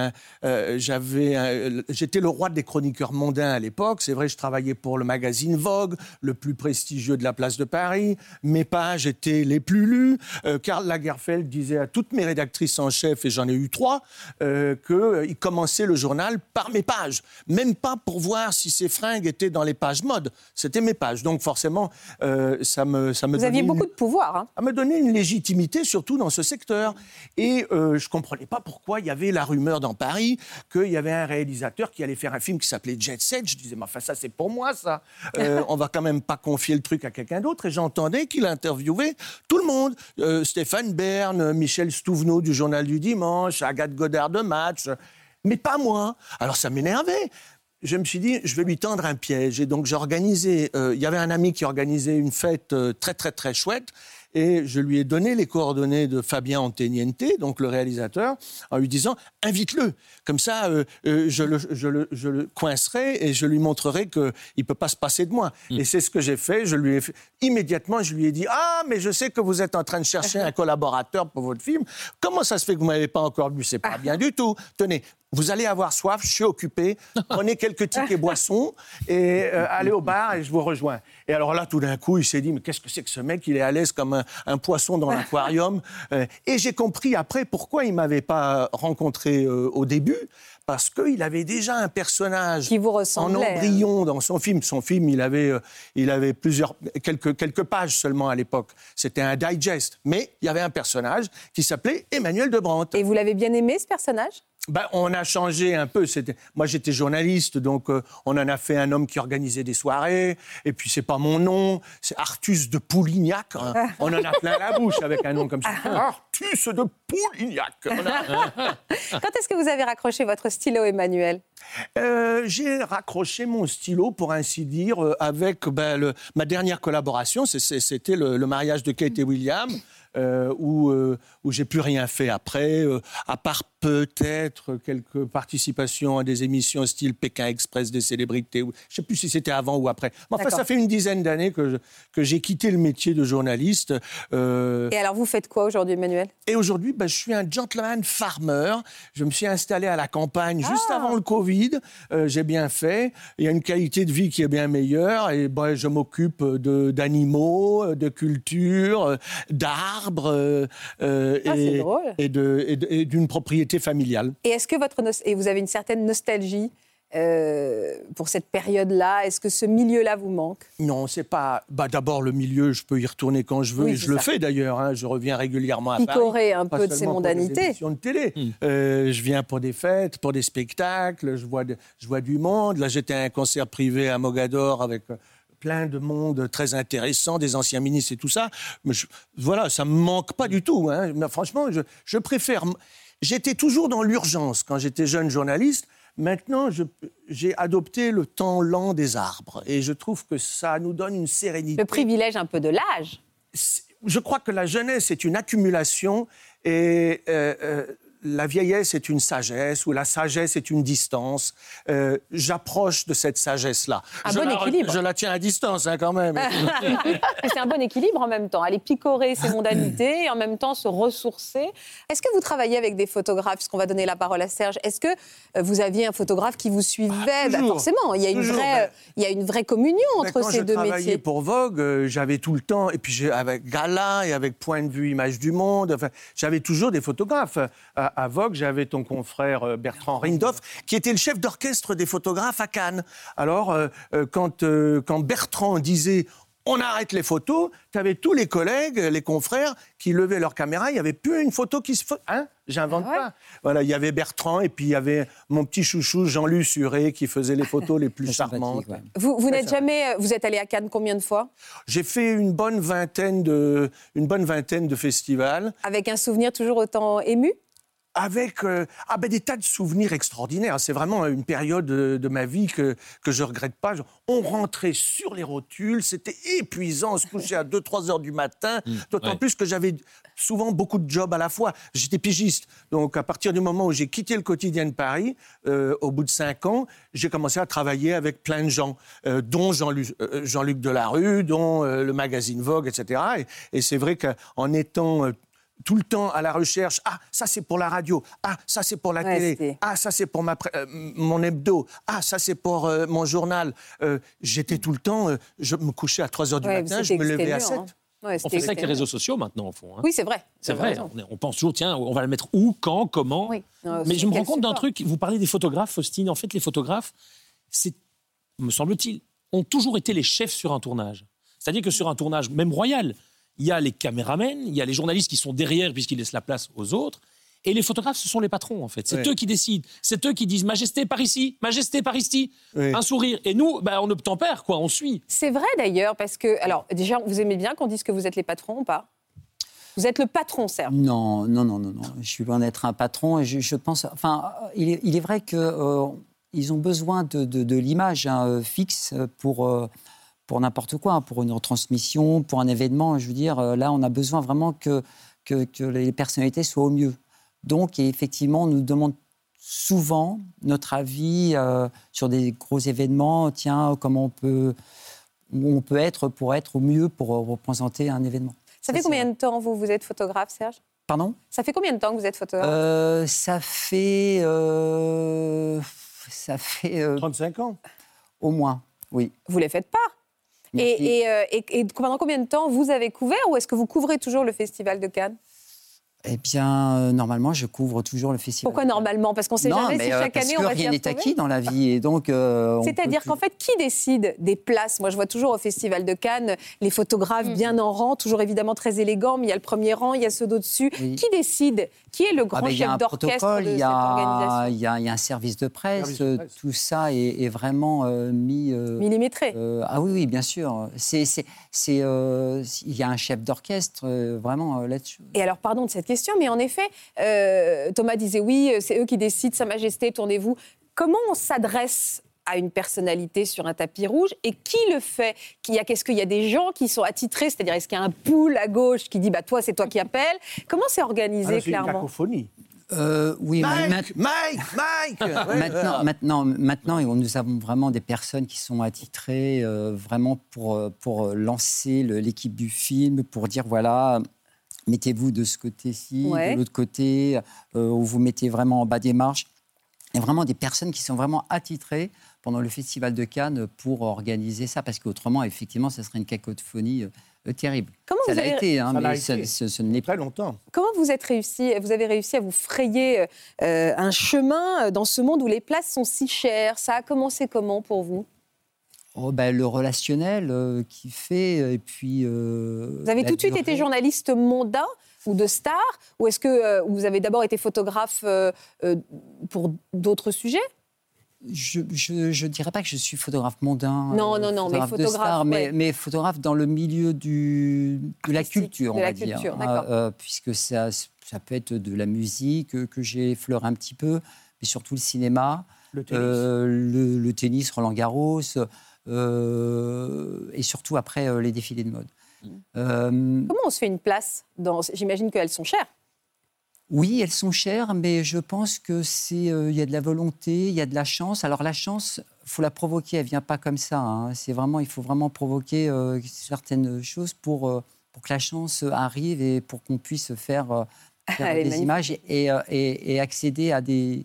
le roi des chroniqueurs mondains à l'époque. C'est vrai, je travaillais pour le magazine Vogue, le plus prestigieux de la place de Paris. Mes pages étaient les plus lues. Karl Lagerfeld disait à toutes mes rédactrices en chef, et j'en ai eu 3, qu'il commençait le journal par mes pages. Même pas pour voir si ces fringues étaient dans les pages mode. C'était mes pages. Donc forcément, ça me Vous aviez beaucoup de pouvoir. Hein. Ça me donnait une légitimité, surtout dans ce secteur. Et je ne comprenais pas pourquoi il y avait la rumeur dans Paris qu'il y avait un réalisateur qui allait faire un film qui s'appelait Jet Set. Je disais, mais enfin, ça, c'est pour moi, ça. On va quand même pas confier le truc à quelqu'un d'autre. Et j'entendais qu'il interviewait tout le monde. Stéphane Bern, Michel Stouvenot du Journal du Dimanche, Agathe Godard de Match. Mais pas moi. Alors, ça m'énervait. Je me suis dit, je vais lui tendre un piège. Et donc, j'ai organisé... il y avait un ami qui organisait une fête très, très, très chouette. Et je lui ai donné les coordonnées de Fabien Antoniente, donc le réalisateur, en lui disant « invite-le ». Comme ça, je le coincerai et je lui montrerai qu'il ne peut pas se passer de moi. Et c'est ce que j'ai fait. Immédiatement, je lui ai dit « Ah, mais je sais que vous êtes en train de chercher un collaborateur pour votre film. Comment ça se fait que vous ne m'avez pas encore vu ? C'est pas bien du tout. Tenez, vous allez avoir soif, je suis occupé. Prenez quelques tickets boissons et allez au bar et je vous rejoins. » Et alors là, tout d'un coup, il s'est dit « Mais qu'est-ce que c'est que ce mec ? Il est à l'aise comme un poisson dans l'aquarium. » Et j'ai compris après pourquoi il ne m'avait pas rencontré au début. Parce qu'il avait déjà un personnage qui vous ressemblait, en embryon dans son film. Son film, il avait quelques pages seulement à l'époque. C'était un digest. Mais il y avait un personnage qui s'appelait Emmanuel de Brandt. Et vous l'avez bien aimé, ce personnage ? On a changé un peu. Moi, j'étais journaliste, donc on en a fait un homme qui organisait des soirées. Et puis, c'est pas mon nom, c'est Artus de Poulignac. Hein. On en a plein la bouche avec un nom comme ça. Artus de Poulignac. Quand est-ce que vous avez raccroché votre stylo, Emmanuel ? J'ai raccroché mon stylo, pour ainsi dire, avec ma dernière collaboration. C'était le mariage de Kate et William. Où j'ai plus rien fait après, à part peut-être quelques participations à des émissions style Pékin Express des célébrités. Je ne sais plus si c'était avant ou après. Mais enfin, ça fait une dizaine d'années que j'ai quitté le métier de journaliste. Et alors, vous faites quoi aujourd'hui, Emmanuel ? Michel? Et aujourd'hui, je suis un gentleman farmer. Je me suis installé à la campagne juste avant le Covid. J'ai bien fait. Il y a une qualité de vie qui est bien meilleure. Et je m'occupe d'animaux, de culture, d'arbres et d'une propriété familiale. Et est-ce que vous avez une certaine nostalgie pour cette période-là? Est-ce que ce milieu-là vous manque? Non, c'est pas... d'abord, le milieu, je peux y retourner quand je veux, oui, et je le fais d'ailleurs. Hein. Je reviens régulièrement à Paris. Picorer un peu de ces mondanités. Pour des émissions de télé. Je viens pour des fêtes, pour des spectacles, je vois du monde. Là, j'étais à un concert privé à Mogador avec... plein de monde très intéressant, des anciens ministres et tout ça. Mais voilà, ça me manque pas du tout. Hein. Mais franchement, je préfère... J'étais toujours dans l'urgence quand j'étais jeune journaliste. Maintenant, j'ai adopté le temps lent des arbres. Et je trouve que ça nous donne une sérénité. Le privilège un peu de l'âge. Je crois que la jeunesse est une accumulation et la vieillesse est une sagesse ou la sagesse est une distance. J'approche de cette sagesse-là. Bon équilibre. Je la tiens à distance quand même. C'est un bon équilibre en même temps. Aller picorer ces mondanités et en même temps se ressourcer. Est-ce que vous travaillez avec des photographes? Puisqu'on va donner la parole à Serge. Est-ce que vous aviez un photographe qui vous suivait? Forcément, il y a une vraie communion entre ces deux métiers. Quand je travaillais pour Vogue, j'avais tout le temps, et puis avec Gala et avec Point de vue Image du Monde, j'avais toujours des photographes. À Vogue, j'avais ton confrère Bertrand Rindhoff, qui était le chef d'orchestre des photographes à Cannes. Alors, quand Bertrand disait « on arrête les photos », tu avais tous les collègues, les confrères, qui levaient leur caméra, il n'y avait plus une photo qui se... J'invente pas. Voilà, il y avait Bertrand, et puis il y avait mon petit chouchou Jean-Luc Suré, qui faisait les photos les plus charmantes. Ouais. Vous n'êtes jamais... Vous êtes allé à Cannes combien de fois? J'ai fait une bonne vingtaine de festivals. Avec un souvenir toujours autant ému? Avec des tas de souvenirs extraordinaires. C'est vraiment une période de ma vie que je ne regrette pas. On rentrait sur les rotules, c'était épuisant, on se couchait à 2-3 heures du matin, d'autant plus que j'avais souvent beaucoup de jobs à la fois. J'étais pigiste, donc à partir du moment où j'ai quitté le quotidien de Paris, au bout de 5 ans, j'ai commencé à travailler avec plein de gens, dont Jean-Luc Delarue, dont le magazine Vogue, etc. Et c'est vrai qu'en étant... tout le temps à la recherche, ça c'est pour la radio, ça c'est pour la télé, ça c'est pour mon hebdo, ça c'est pour mon journal. J'étais tout le temps, je me couchais à 3 heures du matin, je me levais à 7. On fait ça avec les réseaux sociaux maintenant, au fond. Hein. Oui, c'est vrai. C'est vrai. On pense toujours, tiens, on va le mettre où, quand, comment. Oui. Mais je me rends compte d'un truc. Vous parlez des photographes, Faustine. En fait, les photographes, me semble-t-il, ont toujours été les chefs sur un tournage. C'est-à-dire que sur un tournage, même royal, il y a les caméramens, il y a les journalistes qui sont derrière puisqu'ils laissent la place aux autres. Et les photographes, ce sont les patrons, en fait. C'est eux qui décident. C'est eux qui disent « Majesté, par ici, Majesté, par ici ». Un sourire. Et nous, on obtempère, quoi, on suit. C'est vrai, d'ailleurs, parce que... Alors, déjà, vous aimez bien qu'on dise que vous êtes les patrons ou pas? Vous êtes le patron, Serge? Non. Je suis loin d'être un patron. Et je pense... Enfin, il est vrai qu'ils ont besoin de l'image fixe pour n'importe quoi, pour une retransmission, pour un événement. Je veux dire, là, on a besoin vraiment que les personnalités soient au mieux. Donc, effectivement, on nous demande souvent notre avis sur des gros événements. Tiens, comment on peut être pour être au mieux pour représenter un événement. Ça fait combien de temps, vous êtes photographe, Serge? Pardon? Ça fait combien de temps que vous êtes photographe? Ça fait 35 ans. Au moins, oui. Vous ne les faites pas? Et pendant combien de temps vous avez couvert, ou est-ce que vous couvrez toujours le Festival de Cannes? Eh bien, normalement, je couvre toujours le festival. Pourquoi normalement? Parce qu'on ne sait jamais si chaque année on va s'y retrouver. Rien n'est acquis dans la vie. Et donc, c'est-à-dire qu'en fait, qui décide des places? Moi, je vois toujours au Festival de Cannes les photographes bien en rang, toujours évidemment très élégants, mais il y a le premier rang, il y a ceux d'au-dessus. Oui. Qui décide? Qui est le grand chef d'orchestre de cette organisation? Il y a un service de presse. Tout ça est vraiment millimétré. Oui, bien sûr. Il y a un chef d'orchestre vraiment là-dessus. Et alors, pardon de cette question, mais en effet, Thomas disait oui, c'est eux qui décident, Sa Majesté, tournez-vous. Comment on s'adresse à une personnalité sur un tapis rouge et qui le fait? Est-ce qu'il y a des gens qui sont attitrés, c'est-à-dire est-ce qu'il y a un pool à gauche qui dit toi, c'est toi qui appelles? Comment c'est organisé clairement? C'est une cacophonie. Oui, Mike Maintenant, nous avons vraiment des personnes qui sont attitrées vraiment pour lancer l'équipe du film, pour dire voilà, mettez-vous de ce côté-ci, Ouais. de l'autre côté, où vous mettez vraiment en bas des marches. Il y a vraiment des personnes qui sont vraiment attitrées pendant le Festival de Cannes pour organiser ça, parce qu'autrement, effectivement, ça serait une cacophonie terrible. Comment ça vous l'a avez- été, hein, Ça l'a mais été. ce n'est pas Très longtemps. Comment vous avez réussi à vous frayer un chemin dans ce monde où les places sont si chères? Ça a commencé comment pour vous? le relationnel qui fait, et puis... Vous avez tout de suite été journaliste mondain ou de star? Ou est-ce que vous avez d'abord été photographe pour d'autres sujets? Je ne dirais pas que je suis photographe mondain. Non, mais de photographe, star, ouais. mais photographe dans le milieu de la Artistique, culture, de on la va dire. culture, d'accord. Puisque ça peut être de la musique que j'ai effleuré un petit peu, mais surtout le cinéma, Le tennis. le tennis, Roland-Garros, et surtout après les défilés de mode. Comment on se fait une place J'imagine qu'elles sont chères. Oui, elles sont chères, mais je pense que il y a de la volonté, il y a de la chance. Alors la chance, faut la provoquer, elle vient pas comme ça. Hein. Il faut vraiment provoquer certaines choses pour que la chance arrive et pour qu'on puisse faire Elle est des images et accéder à des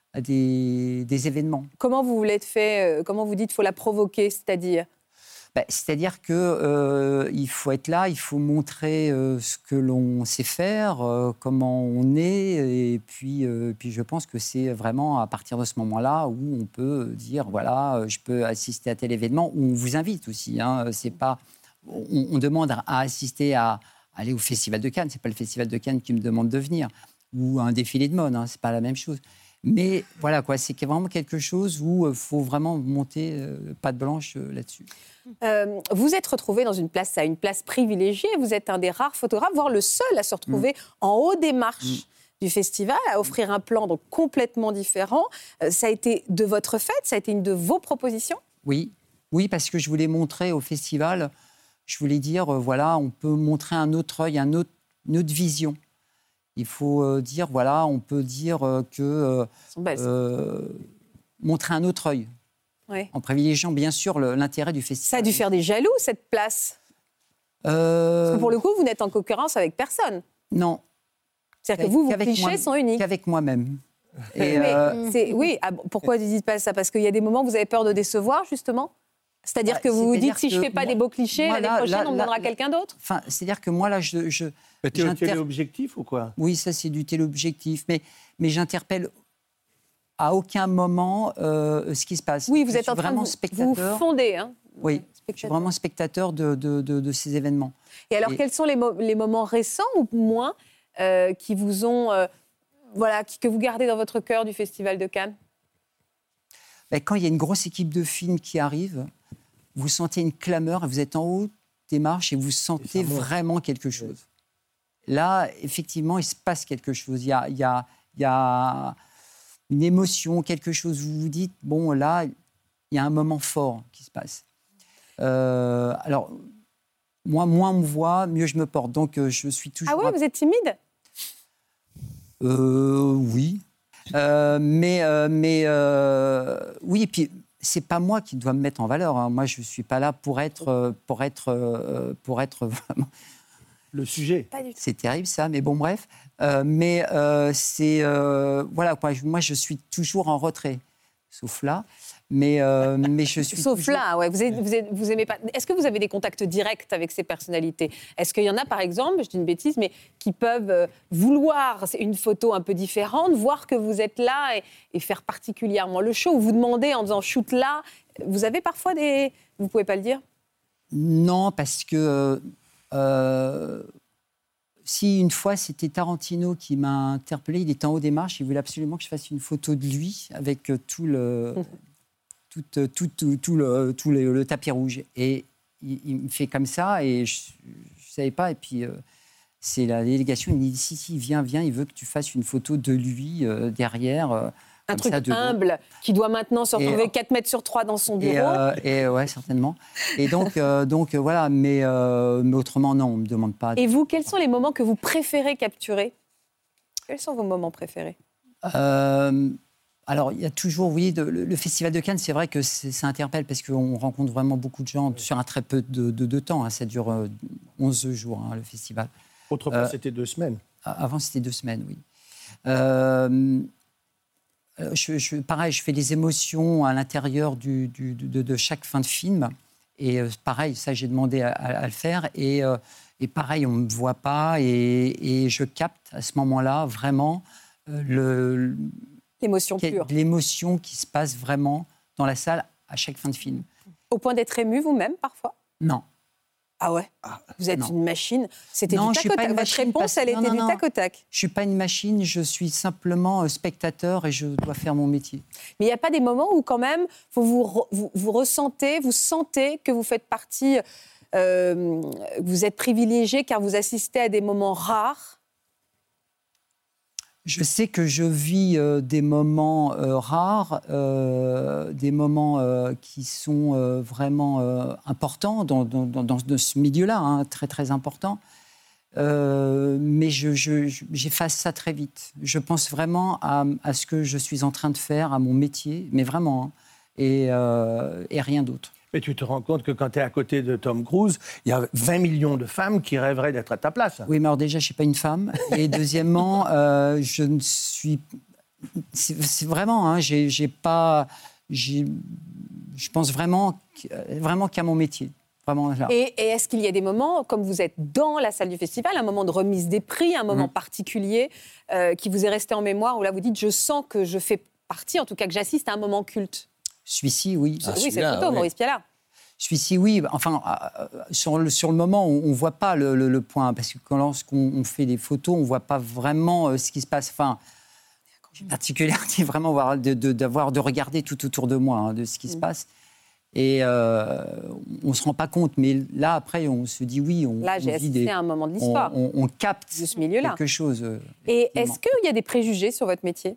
événements. Comment vous voulez être fait Comment vous dites faut la provoquer, c'est-à-dire? C'est-à-dire qu'il faut être là, il faut montrer ce que l'on sait faire, comment on est. Et puis je pense que c'est vraiment à partir de ce moment-là où on peut dire, voilà, je peux assister à tel événement, où on vous invite aussi. Hein, c'est pas, on demande à assister à aller au Festival de Cannes. Ce n'est pas le Festival de Cannes qui me demande de venir. Ou à un défilé de mode, hein, ce n'est pas la même chose. Mais voilà, quoi, c'est vraiment quelque chose où il faut vraiment monter patte blanche là-dessus. Vous êtes retrouvé dans une place privilégiée. Vous êtes un des rares photographes, voire le seul à se retrouver en haut des marches du festival, à offrir un plan donc complètement différent. Ça a été de votre fait? Ça a été une de vos propositions? Oui, parce que je voulais montrer au festival, je voulais dire, voilà, on peut montrer un autre œil, une autre vision. Il faut dire, voilà, on peut dire que... montrer un autre œil. Ouais. En privilégiant bien sûr l'intérêt du festival. Ça a dû faire des jaloux, cette place. Parce que pour le coup, vous n'êtes en concurrence avec personne. Non. C'est-à-dire que vos clichés sont uniques. Qu'avec moi-même. Oui, pourquoi vous ne dites pas ça? Parce qu'il y a des moments où vous avez peur de décevoir, justement? C'est-à-dire que vous vous dites, si je ne fais pas des beaux clichés, l'année prochaine, on me donnera quelqu'un d'autre? C'est-à-dire que moi, là, T'es au téléobjectif ou quoi? Oui, ça, c'est du téléobjectif. Mais j'interpelle à aucun moment ce qui se passe. Oui, vous êtes en train vraiment de spectateur. vous fonder. Hein, oui, je suis vraiment spectateur de ces événements. Et alors, quels sont les moments récents ou moins qui vous ont... que vous gardez dans votre cœur du Festival de Cannes? Quand il y a une grosse équipe de films qui arrive, vous sentez une clameur, vous êtes en haut des marches et vous sentez vraiment quelque chose. Là, effectivement, il se passe quelque chose. Il y a une émotion, quelque chose. Vous vous dites, bon, là, il y a un moment fort qui se passe. Alors, moins on me voit, mieux je me porte. Donc, je suis toujours... Ah ouais, vous êtes timide? Oui. Oui, et puis c'est pas moi qui dois me mettre en valeur. Hein. Moi, je suis pas là pour être vraiment le sujet. C'est terrible ça, mais bon, bref. Voilà quoi. Moi, je suis toujours en retrait, sauf là. Mais je suis sauf toujours... là, ouais. Vous aimez pas. Est-ce que vous avez des contacts directs avec ces personnalités? Est-ce qu'il y en a, par exemple, je dis une bêtise, mais qui peuvent vouloir une photo un peu différente, voir que vous êtes là et faire particulièrement le show, ou vous demandez en disant shoot là? Vous avez parfois des... Vous pouvez pas le dire? Non, parce que si une fois c'était Tarantino qui m'a interpellé, il était en haut des marches, il voulait absolument que je fasse une photo de lui avec tout le tapis rouge. Et il me fait comme ça et je ne savais pas. Et puis, c'est la délégation, il me dit, si, viens, il veut que tu fasses une photo de lui derrière. Un truc humble qui doit maintenant se retrouver 4 mètres sur 3 dans son bureau. Ouais, certainement. Et donc voilà, mais autrement, non, on ne me demande pas. Et vous, quels sont les moments que vous préférez capturer? Quels sont vos moments préférés? Alors, il y a toujours, oui, le Festival de Cannes, c'est vrai que ça interpelle parce qu'on rencontre vraiment beaucoup de gens sur un très peu de temps. Hein, ça dure 11 jours, hein, le festival. Autrefois, c'était 2 semaines. Avant, c'était 2 semaines, oui. Pareil, je fais des émotions à l'intérieur de chaque fin de film. Et pareil, ça, j'ai demandé à le faire. Et pareil, on ne me voit pas. Et je capte à ce moment-là vraiment l'émotion pure. L'émotion qui se passe vraiment dans la salle à chaque fin de film. Au point d'être ému vous-même, parfois? Non. Ah ouais? Vous êtes une machine. C'était non, du tac au tac. Votre réponse, elle était du tac au tac. Je ne suis pas une machine, je suis simplement spectateur et je dois faire mon métier. Mais il n'y a pas des moments où, quand même, vous ressentez, vous sentez que vous faites partie, vous êtes privilégié car vous assistez à des moments rares? Je sais que je vis des moments rares, des moments qui sont vraiment importants dans ce milieu-là, hein, très très important. Mais j'efface ça très vite. Je pense vraiment à ce que je suis en train de faire, à mon métier, mais vraiment, hein, et rien d'autre. Mais tu te rends compte que quand tu es à côté de Tom Cruise, il y a 20 millions de femmes qui rêveraient d'être à ta place. Oui, mais alors déjà, je ne suis pas une femme. Et deuxièmement, je ne suis... C'est vraiment, hein, je pense vraiment qu'à mon métier. Vraiment là. Et est-ce qu'il y a des moments, comme vous êtes dans la salle du festival, un moment de remise des prix, un moment particulier qui vous est resté en mémoire, où là vous dites, je sens que je fais partie, en tout cas que j'assiste à un moment culte? Celui-ci, oui. Oui, c'est photo, Maurice Pialat. Celui-ci, oui. Enfin, sur le moment, on ne voit pas le point. Parce que lorsqu'on fait des photos, on ne voit pas vraiment ce qui se passe. Enfin, j'ai particulièrement vraiment de regarder tout autour de moi, hein, de ce qui se passe. Et on ne se rend pas compte. Mais là, après, on se dit oui. Là, j'ai assisté à un moment de l'histoire. On capte de ce milieu-là. Quelque chose. Et est-ce qu'il y a des préjugés sur votre métier?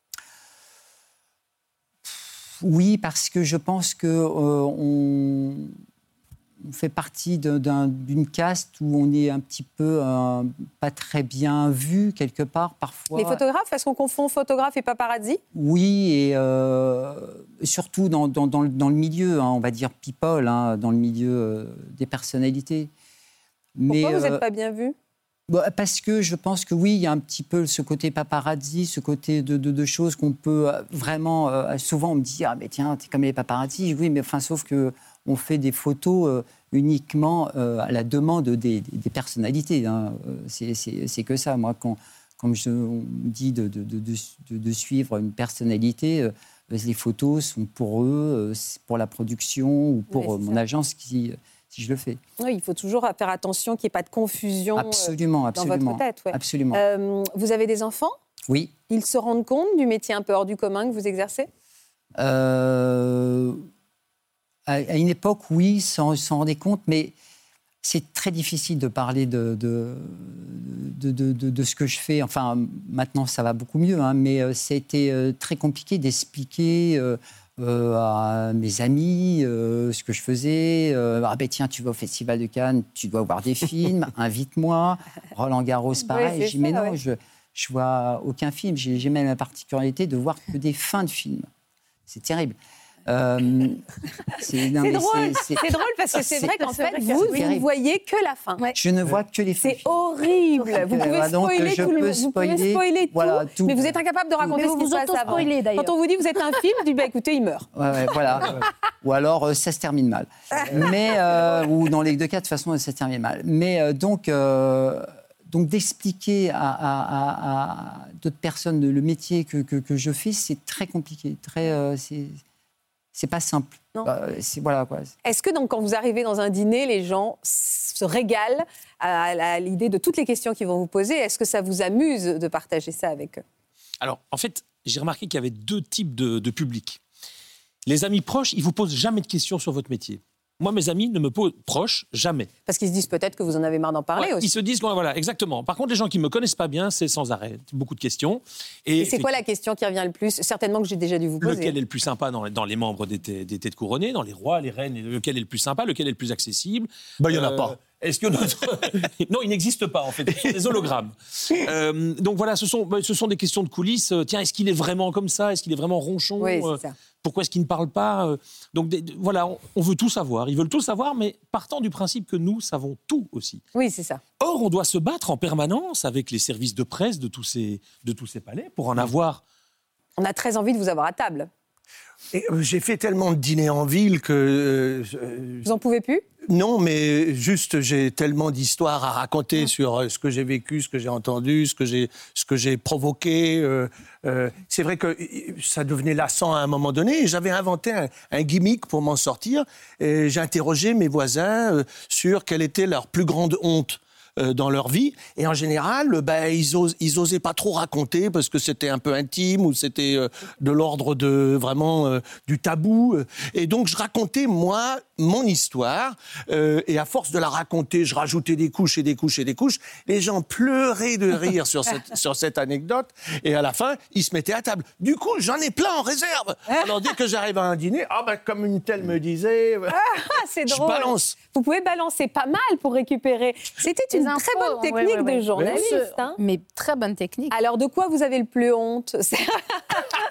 Oui, parce que je pense qu'on fait partie d'une caste où on est un petit peu pas très bien vu, quelque part, parfois. Les photographes, est-ce qu'on confond photographe et paparazzi? Oui, et surtout dans le milieu, hein, on va dire people, hein, dans le milieu des personnalités. Pourquoi vous n'êtes pas bien vu? Parce que je pense que oui, il y a un petit peu ce côté paparazzi, ce côté de choses qu'on peut vraiment... souvent, on me dit « Ah, mais tiens, t'es comme les paparazzi. » Oui, mais enfin, sauf qu'on fait des photos uniquement à la demande des personnalités. Hein. C'est que ça. Moi, quand on me dit de suivre une personnalité, les photos sont pour eux, pour la production ou pour mon agence si je le fais. Oui, il faut toujours faire attention qu'il n'y ait pas de confusion dans votre tête. Ouais. Absolument. Vous avez des enfants? Oui. Ils se rendent compte du métier un peu hors du commun que vous exercez? À une époque, oui, ils s'en rendaient compte, mais c'est très difficile de parler de ce que je fais. Enfin, maintenant, ça va beaucoup mieux, hein, mais c'était très compliqué d'expliquer... à mes amis, ce que je faisais. Ah ben tiens, tu vas au Festival de Cannes, tu dois voir des films, invite-moi. Roland Garros, pareil. Je dis, mais non, je vois aucun film. J'ai même la particularité de voir que des fins de films. C'est terrible. C'est drôle parce que c'est vrai qu'en fait, vous ne voyez que la fin. Ouais. Je ne vois que les fins. C'est horrible. Vous pouvez spoiler tout, mais vous êtes incapable de raconter ce qui se passe avant. Quand on vous dit vous êtes un film, on dit bah, écoutez, il meurt. Ouais, voilà. Ou alors ça se termine mal. Mais ou dans les deux cas, de toute façon, ça se termine mal. Mais donc d'expliquer à d'autres personnes le métier que je fais, c'est très compliqué. C'est pas simple. Voilà, quoi. Est-ce que donc, quand vous arrivez dans un dîner, les gens se régalent à l'idée de toutes les questions qu'ils vont vous poser? Est-ce que ça vous amuse de partager ça avec eux? Alors, en fait, j'ai remarqué qu'il y avait 2 types de publics. Les amis proches, ils ne vous posent jamais de questions sur votre métier. Moi, mes amis ne me posent proches jamais. Parce qu'ils se disent peut-être que vous en avez marre d'en parler aussi. Ils se disent, voilà, exactement. Par contre, les gens qui ne me connaissent pas bien, c'est sans arrêt. Beaucoup de questions. Et c'est quoi la question qui revient le plus? Certainement que j'ai déjà dû vous poser. Lequel est le plus sympa dans les membres des têtes couronnées, dans les rois, les reines? Lequel est le plus sympa? Lequel est le plus accessible? Il n'y en a pas. Est-ce que non, il n'existe pas, en fait. Ce sont des hologrammes. Donc voilà, ce sont des questions de coulisses. Tiens, est-ce qu'il est vraiment comme ça? Est-ce qu'il est vraiment ronchon? Oui, c'est ça. Pourquoi est-ce qu'ils ne parlent pas Donc voilà, on veut tout savoir. Ils veulent tout savoir, mais partant du principe que nous savons tout aussi. Oui, c'est ça. Or, on doit se battre en permanence avec les services de presse de tous ces palais pour en avoir. On a très envie de vous avoir à table. Et, j'ai fait tellement de dîners en ville que... Vous en pouvez plus ? Non, mais juste, j'ai tellement d'histoires à raconter sur ce que j'ai vécu, ce que j'ai entendu, ce que j'ai provoqué. C'est vrai que ça devenait lassant à un moment donné. Et j'avais inventé un gimmick pour m'en sortir. Et j'ai interrogé mes voisins sur quelle était leur plus grande honte dans leur vie. Et en général, ils osaient pas trop raconter parce que c'était un peu intime ou c'était de l'ordre de vraiment du tabou. Et donc, je racontais, moi, mon histoire. Et à force de la raconter, je rajoutais des couches et des couches et des couches. Les gens pleuraient de rire sur cette anecdote. Et à la fin, ils se mettaient à table. Du coup, j'en ai plein en réserve. Alors, dès que j'arrive à un dîner, comme une telle me disait, c'est drôle. Je balance. Vous pouvez balancer pas mal pour récupérer. C'était une très bonne technique de journaliste. Hein. Mais très bonne technique. Alors, de quoi vous avez le plus honte ? Honte ?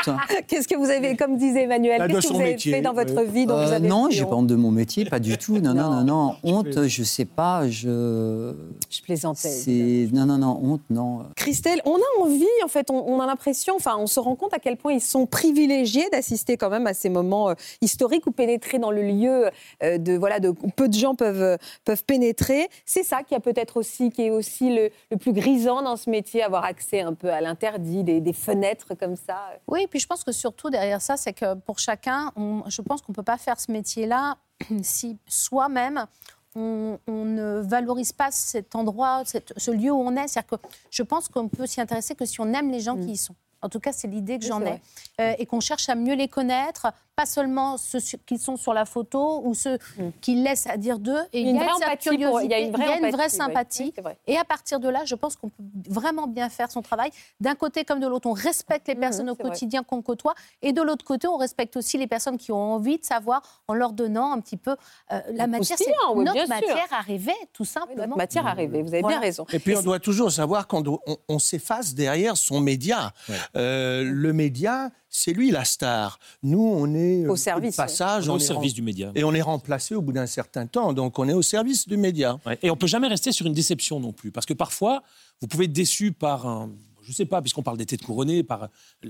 Qu'est-ce que vous avez, comme disait Emmanuel, qu'est-ce que vous avez fait dans votre vie dont vous avez non, le plus j'ai honte ? pas honte de mon métier, pas du tout. Non. Honte, je sais pas. Je plaisantais. Non, honte, non. Christelle, on a envie, en fait, on a l'impression, on se rend compte à quel point ils sont privilégiés d'assister quand même à ces moments historiques ou pénétrer dans le lieu où peu de gens peuvent pénétrer. C'est ça qui est aussi le plus grisant dans ce métier, avoir accès un peu à l'interdit, des fenêtres comme ça. Oui, puis je pense que surtout derrière ça, c'est que pour chacun, je pense qu'on ne peut pas faire ce métier-là si soi-même, on ne valorise pas cet endroit, ce lieu où on est. C'est-à-dire que je pense qu'on peut s'y intéresser que si on aime les gens qui y sont. En tout cas, c'est l'idée que j'en ai. Et qu'on cherche à mieux les connaître, pas seulement ceux qui sont sur la photo ou ceux qui laissent à dire d'eux. Et il y a une vraie curiosité, il y a une vraie sympathie. Oui, et à partir de là, je pense qu'on peut vraiment bien faire son travail. D'un côté comme de l'autre, on respecte les personnes au quotidien qu'on côtoie. Et de l'autre côté, on respecte aussi les personnes qui ont envie de savoir en leur donnant un petit peu la matière. C'est notre matière à rêver, tout simplement. Notre matière à rêver, vous avez bien raison. Et puis on doit toujours savoir qu'on s'efface derrière son média. Ouais. Le média, c'est lui la star. Nous, on est au service, passage, au service du média. Et on est remplacé au bout d'un certain temps. Donc, on est au service du média. Ouais. Et on ne peut jamais rester sur une déception non plus. Parce que parfois, vous pouvez être déçu par je ne sais pas, puisqu'on parle des têtes couronnées, par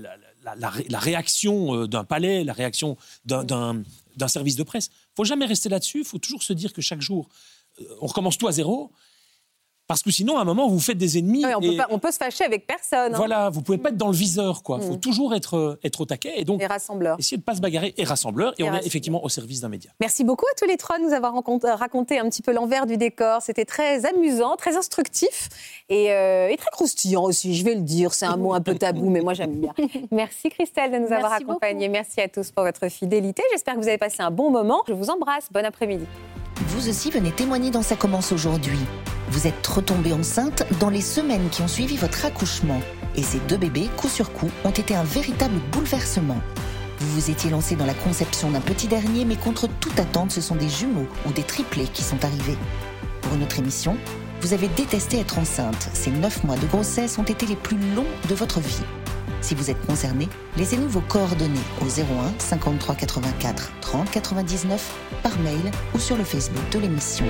la réaction d'un palais, la réaction d'un service de presse. Il ne faut jamais rester là-dessus. Il faut toujours se dire que chaque jour, on recommence tout à zéro. Parce que sinon, à un moment, vous faites des ennemis. Oui, on peut se fâcher avec personne. Hein. Voilà, vous ne pouvez pas être dans le viseur. Il faut toujours être au taquet. Et donc, rassembleurs. Essayer de ne pas se bagarrer. Et rassembleurs. Et on est effectivement au service d'un média. Merci beaucoup à tous les trois de nous avoir raconté un petit peu l'envers du décor. C'était très amusant, très instructif et très croustillant aussi, je vais le dire. C'est un mot un peu tabou, mais moi, j'aime bien. Merci Christelle de nous avoir accompagnés. Merci à tous pour votre fidélité. J'espère que vous avez passé un bon moment. Je vous embrasse. Bon après-midi. Vous aussi venez témoigner dans Ça commence aujourd'hui. Vous êtes retombée enceinte dans les semaines qui ont suivi votre accouchement. Et ces 2 bébés, coup sur coup, ont été un véritable bouleversement. Vous vous étiez lancé dans la conception d'un petit dernier, mais contre toute attente, ce sont des jumeaux ou des triplés qui sont arrivés. Pour notre émission, vous avez détesté être enceinte. Ces 9 mois de grossesse ont été les plus longs de votre vie. Si vous êtes concerné, laissez-nous vos coordonnées au 01 53 84 30 99 par mail ou sur le Facebook de l'émission.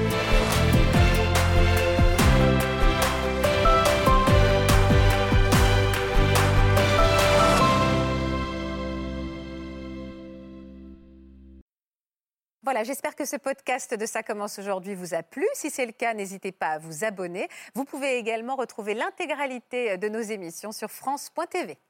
Voilà, j'espère que ce podcast de Ça commence aujourd'hui vous a plu. Si c'est le cas, n'hésitez pas à vous abonner. Vous pouvez également retrouver l'intégralité de nos émissions sur France.tv.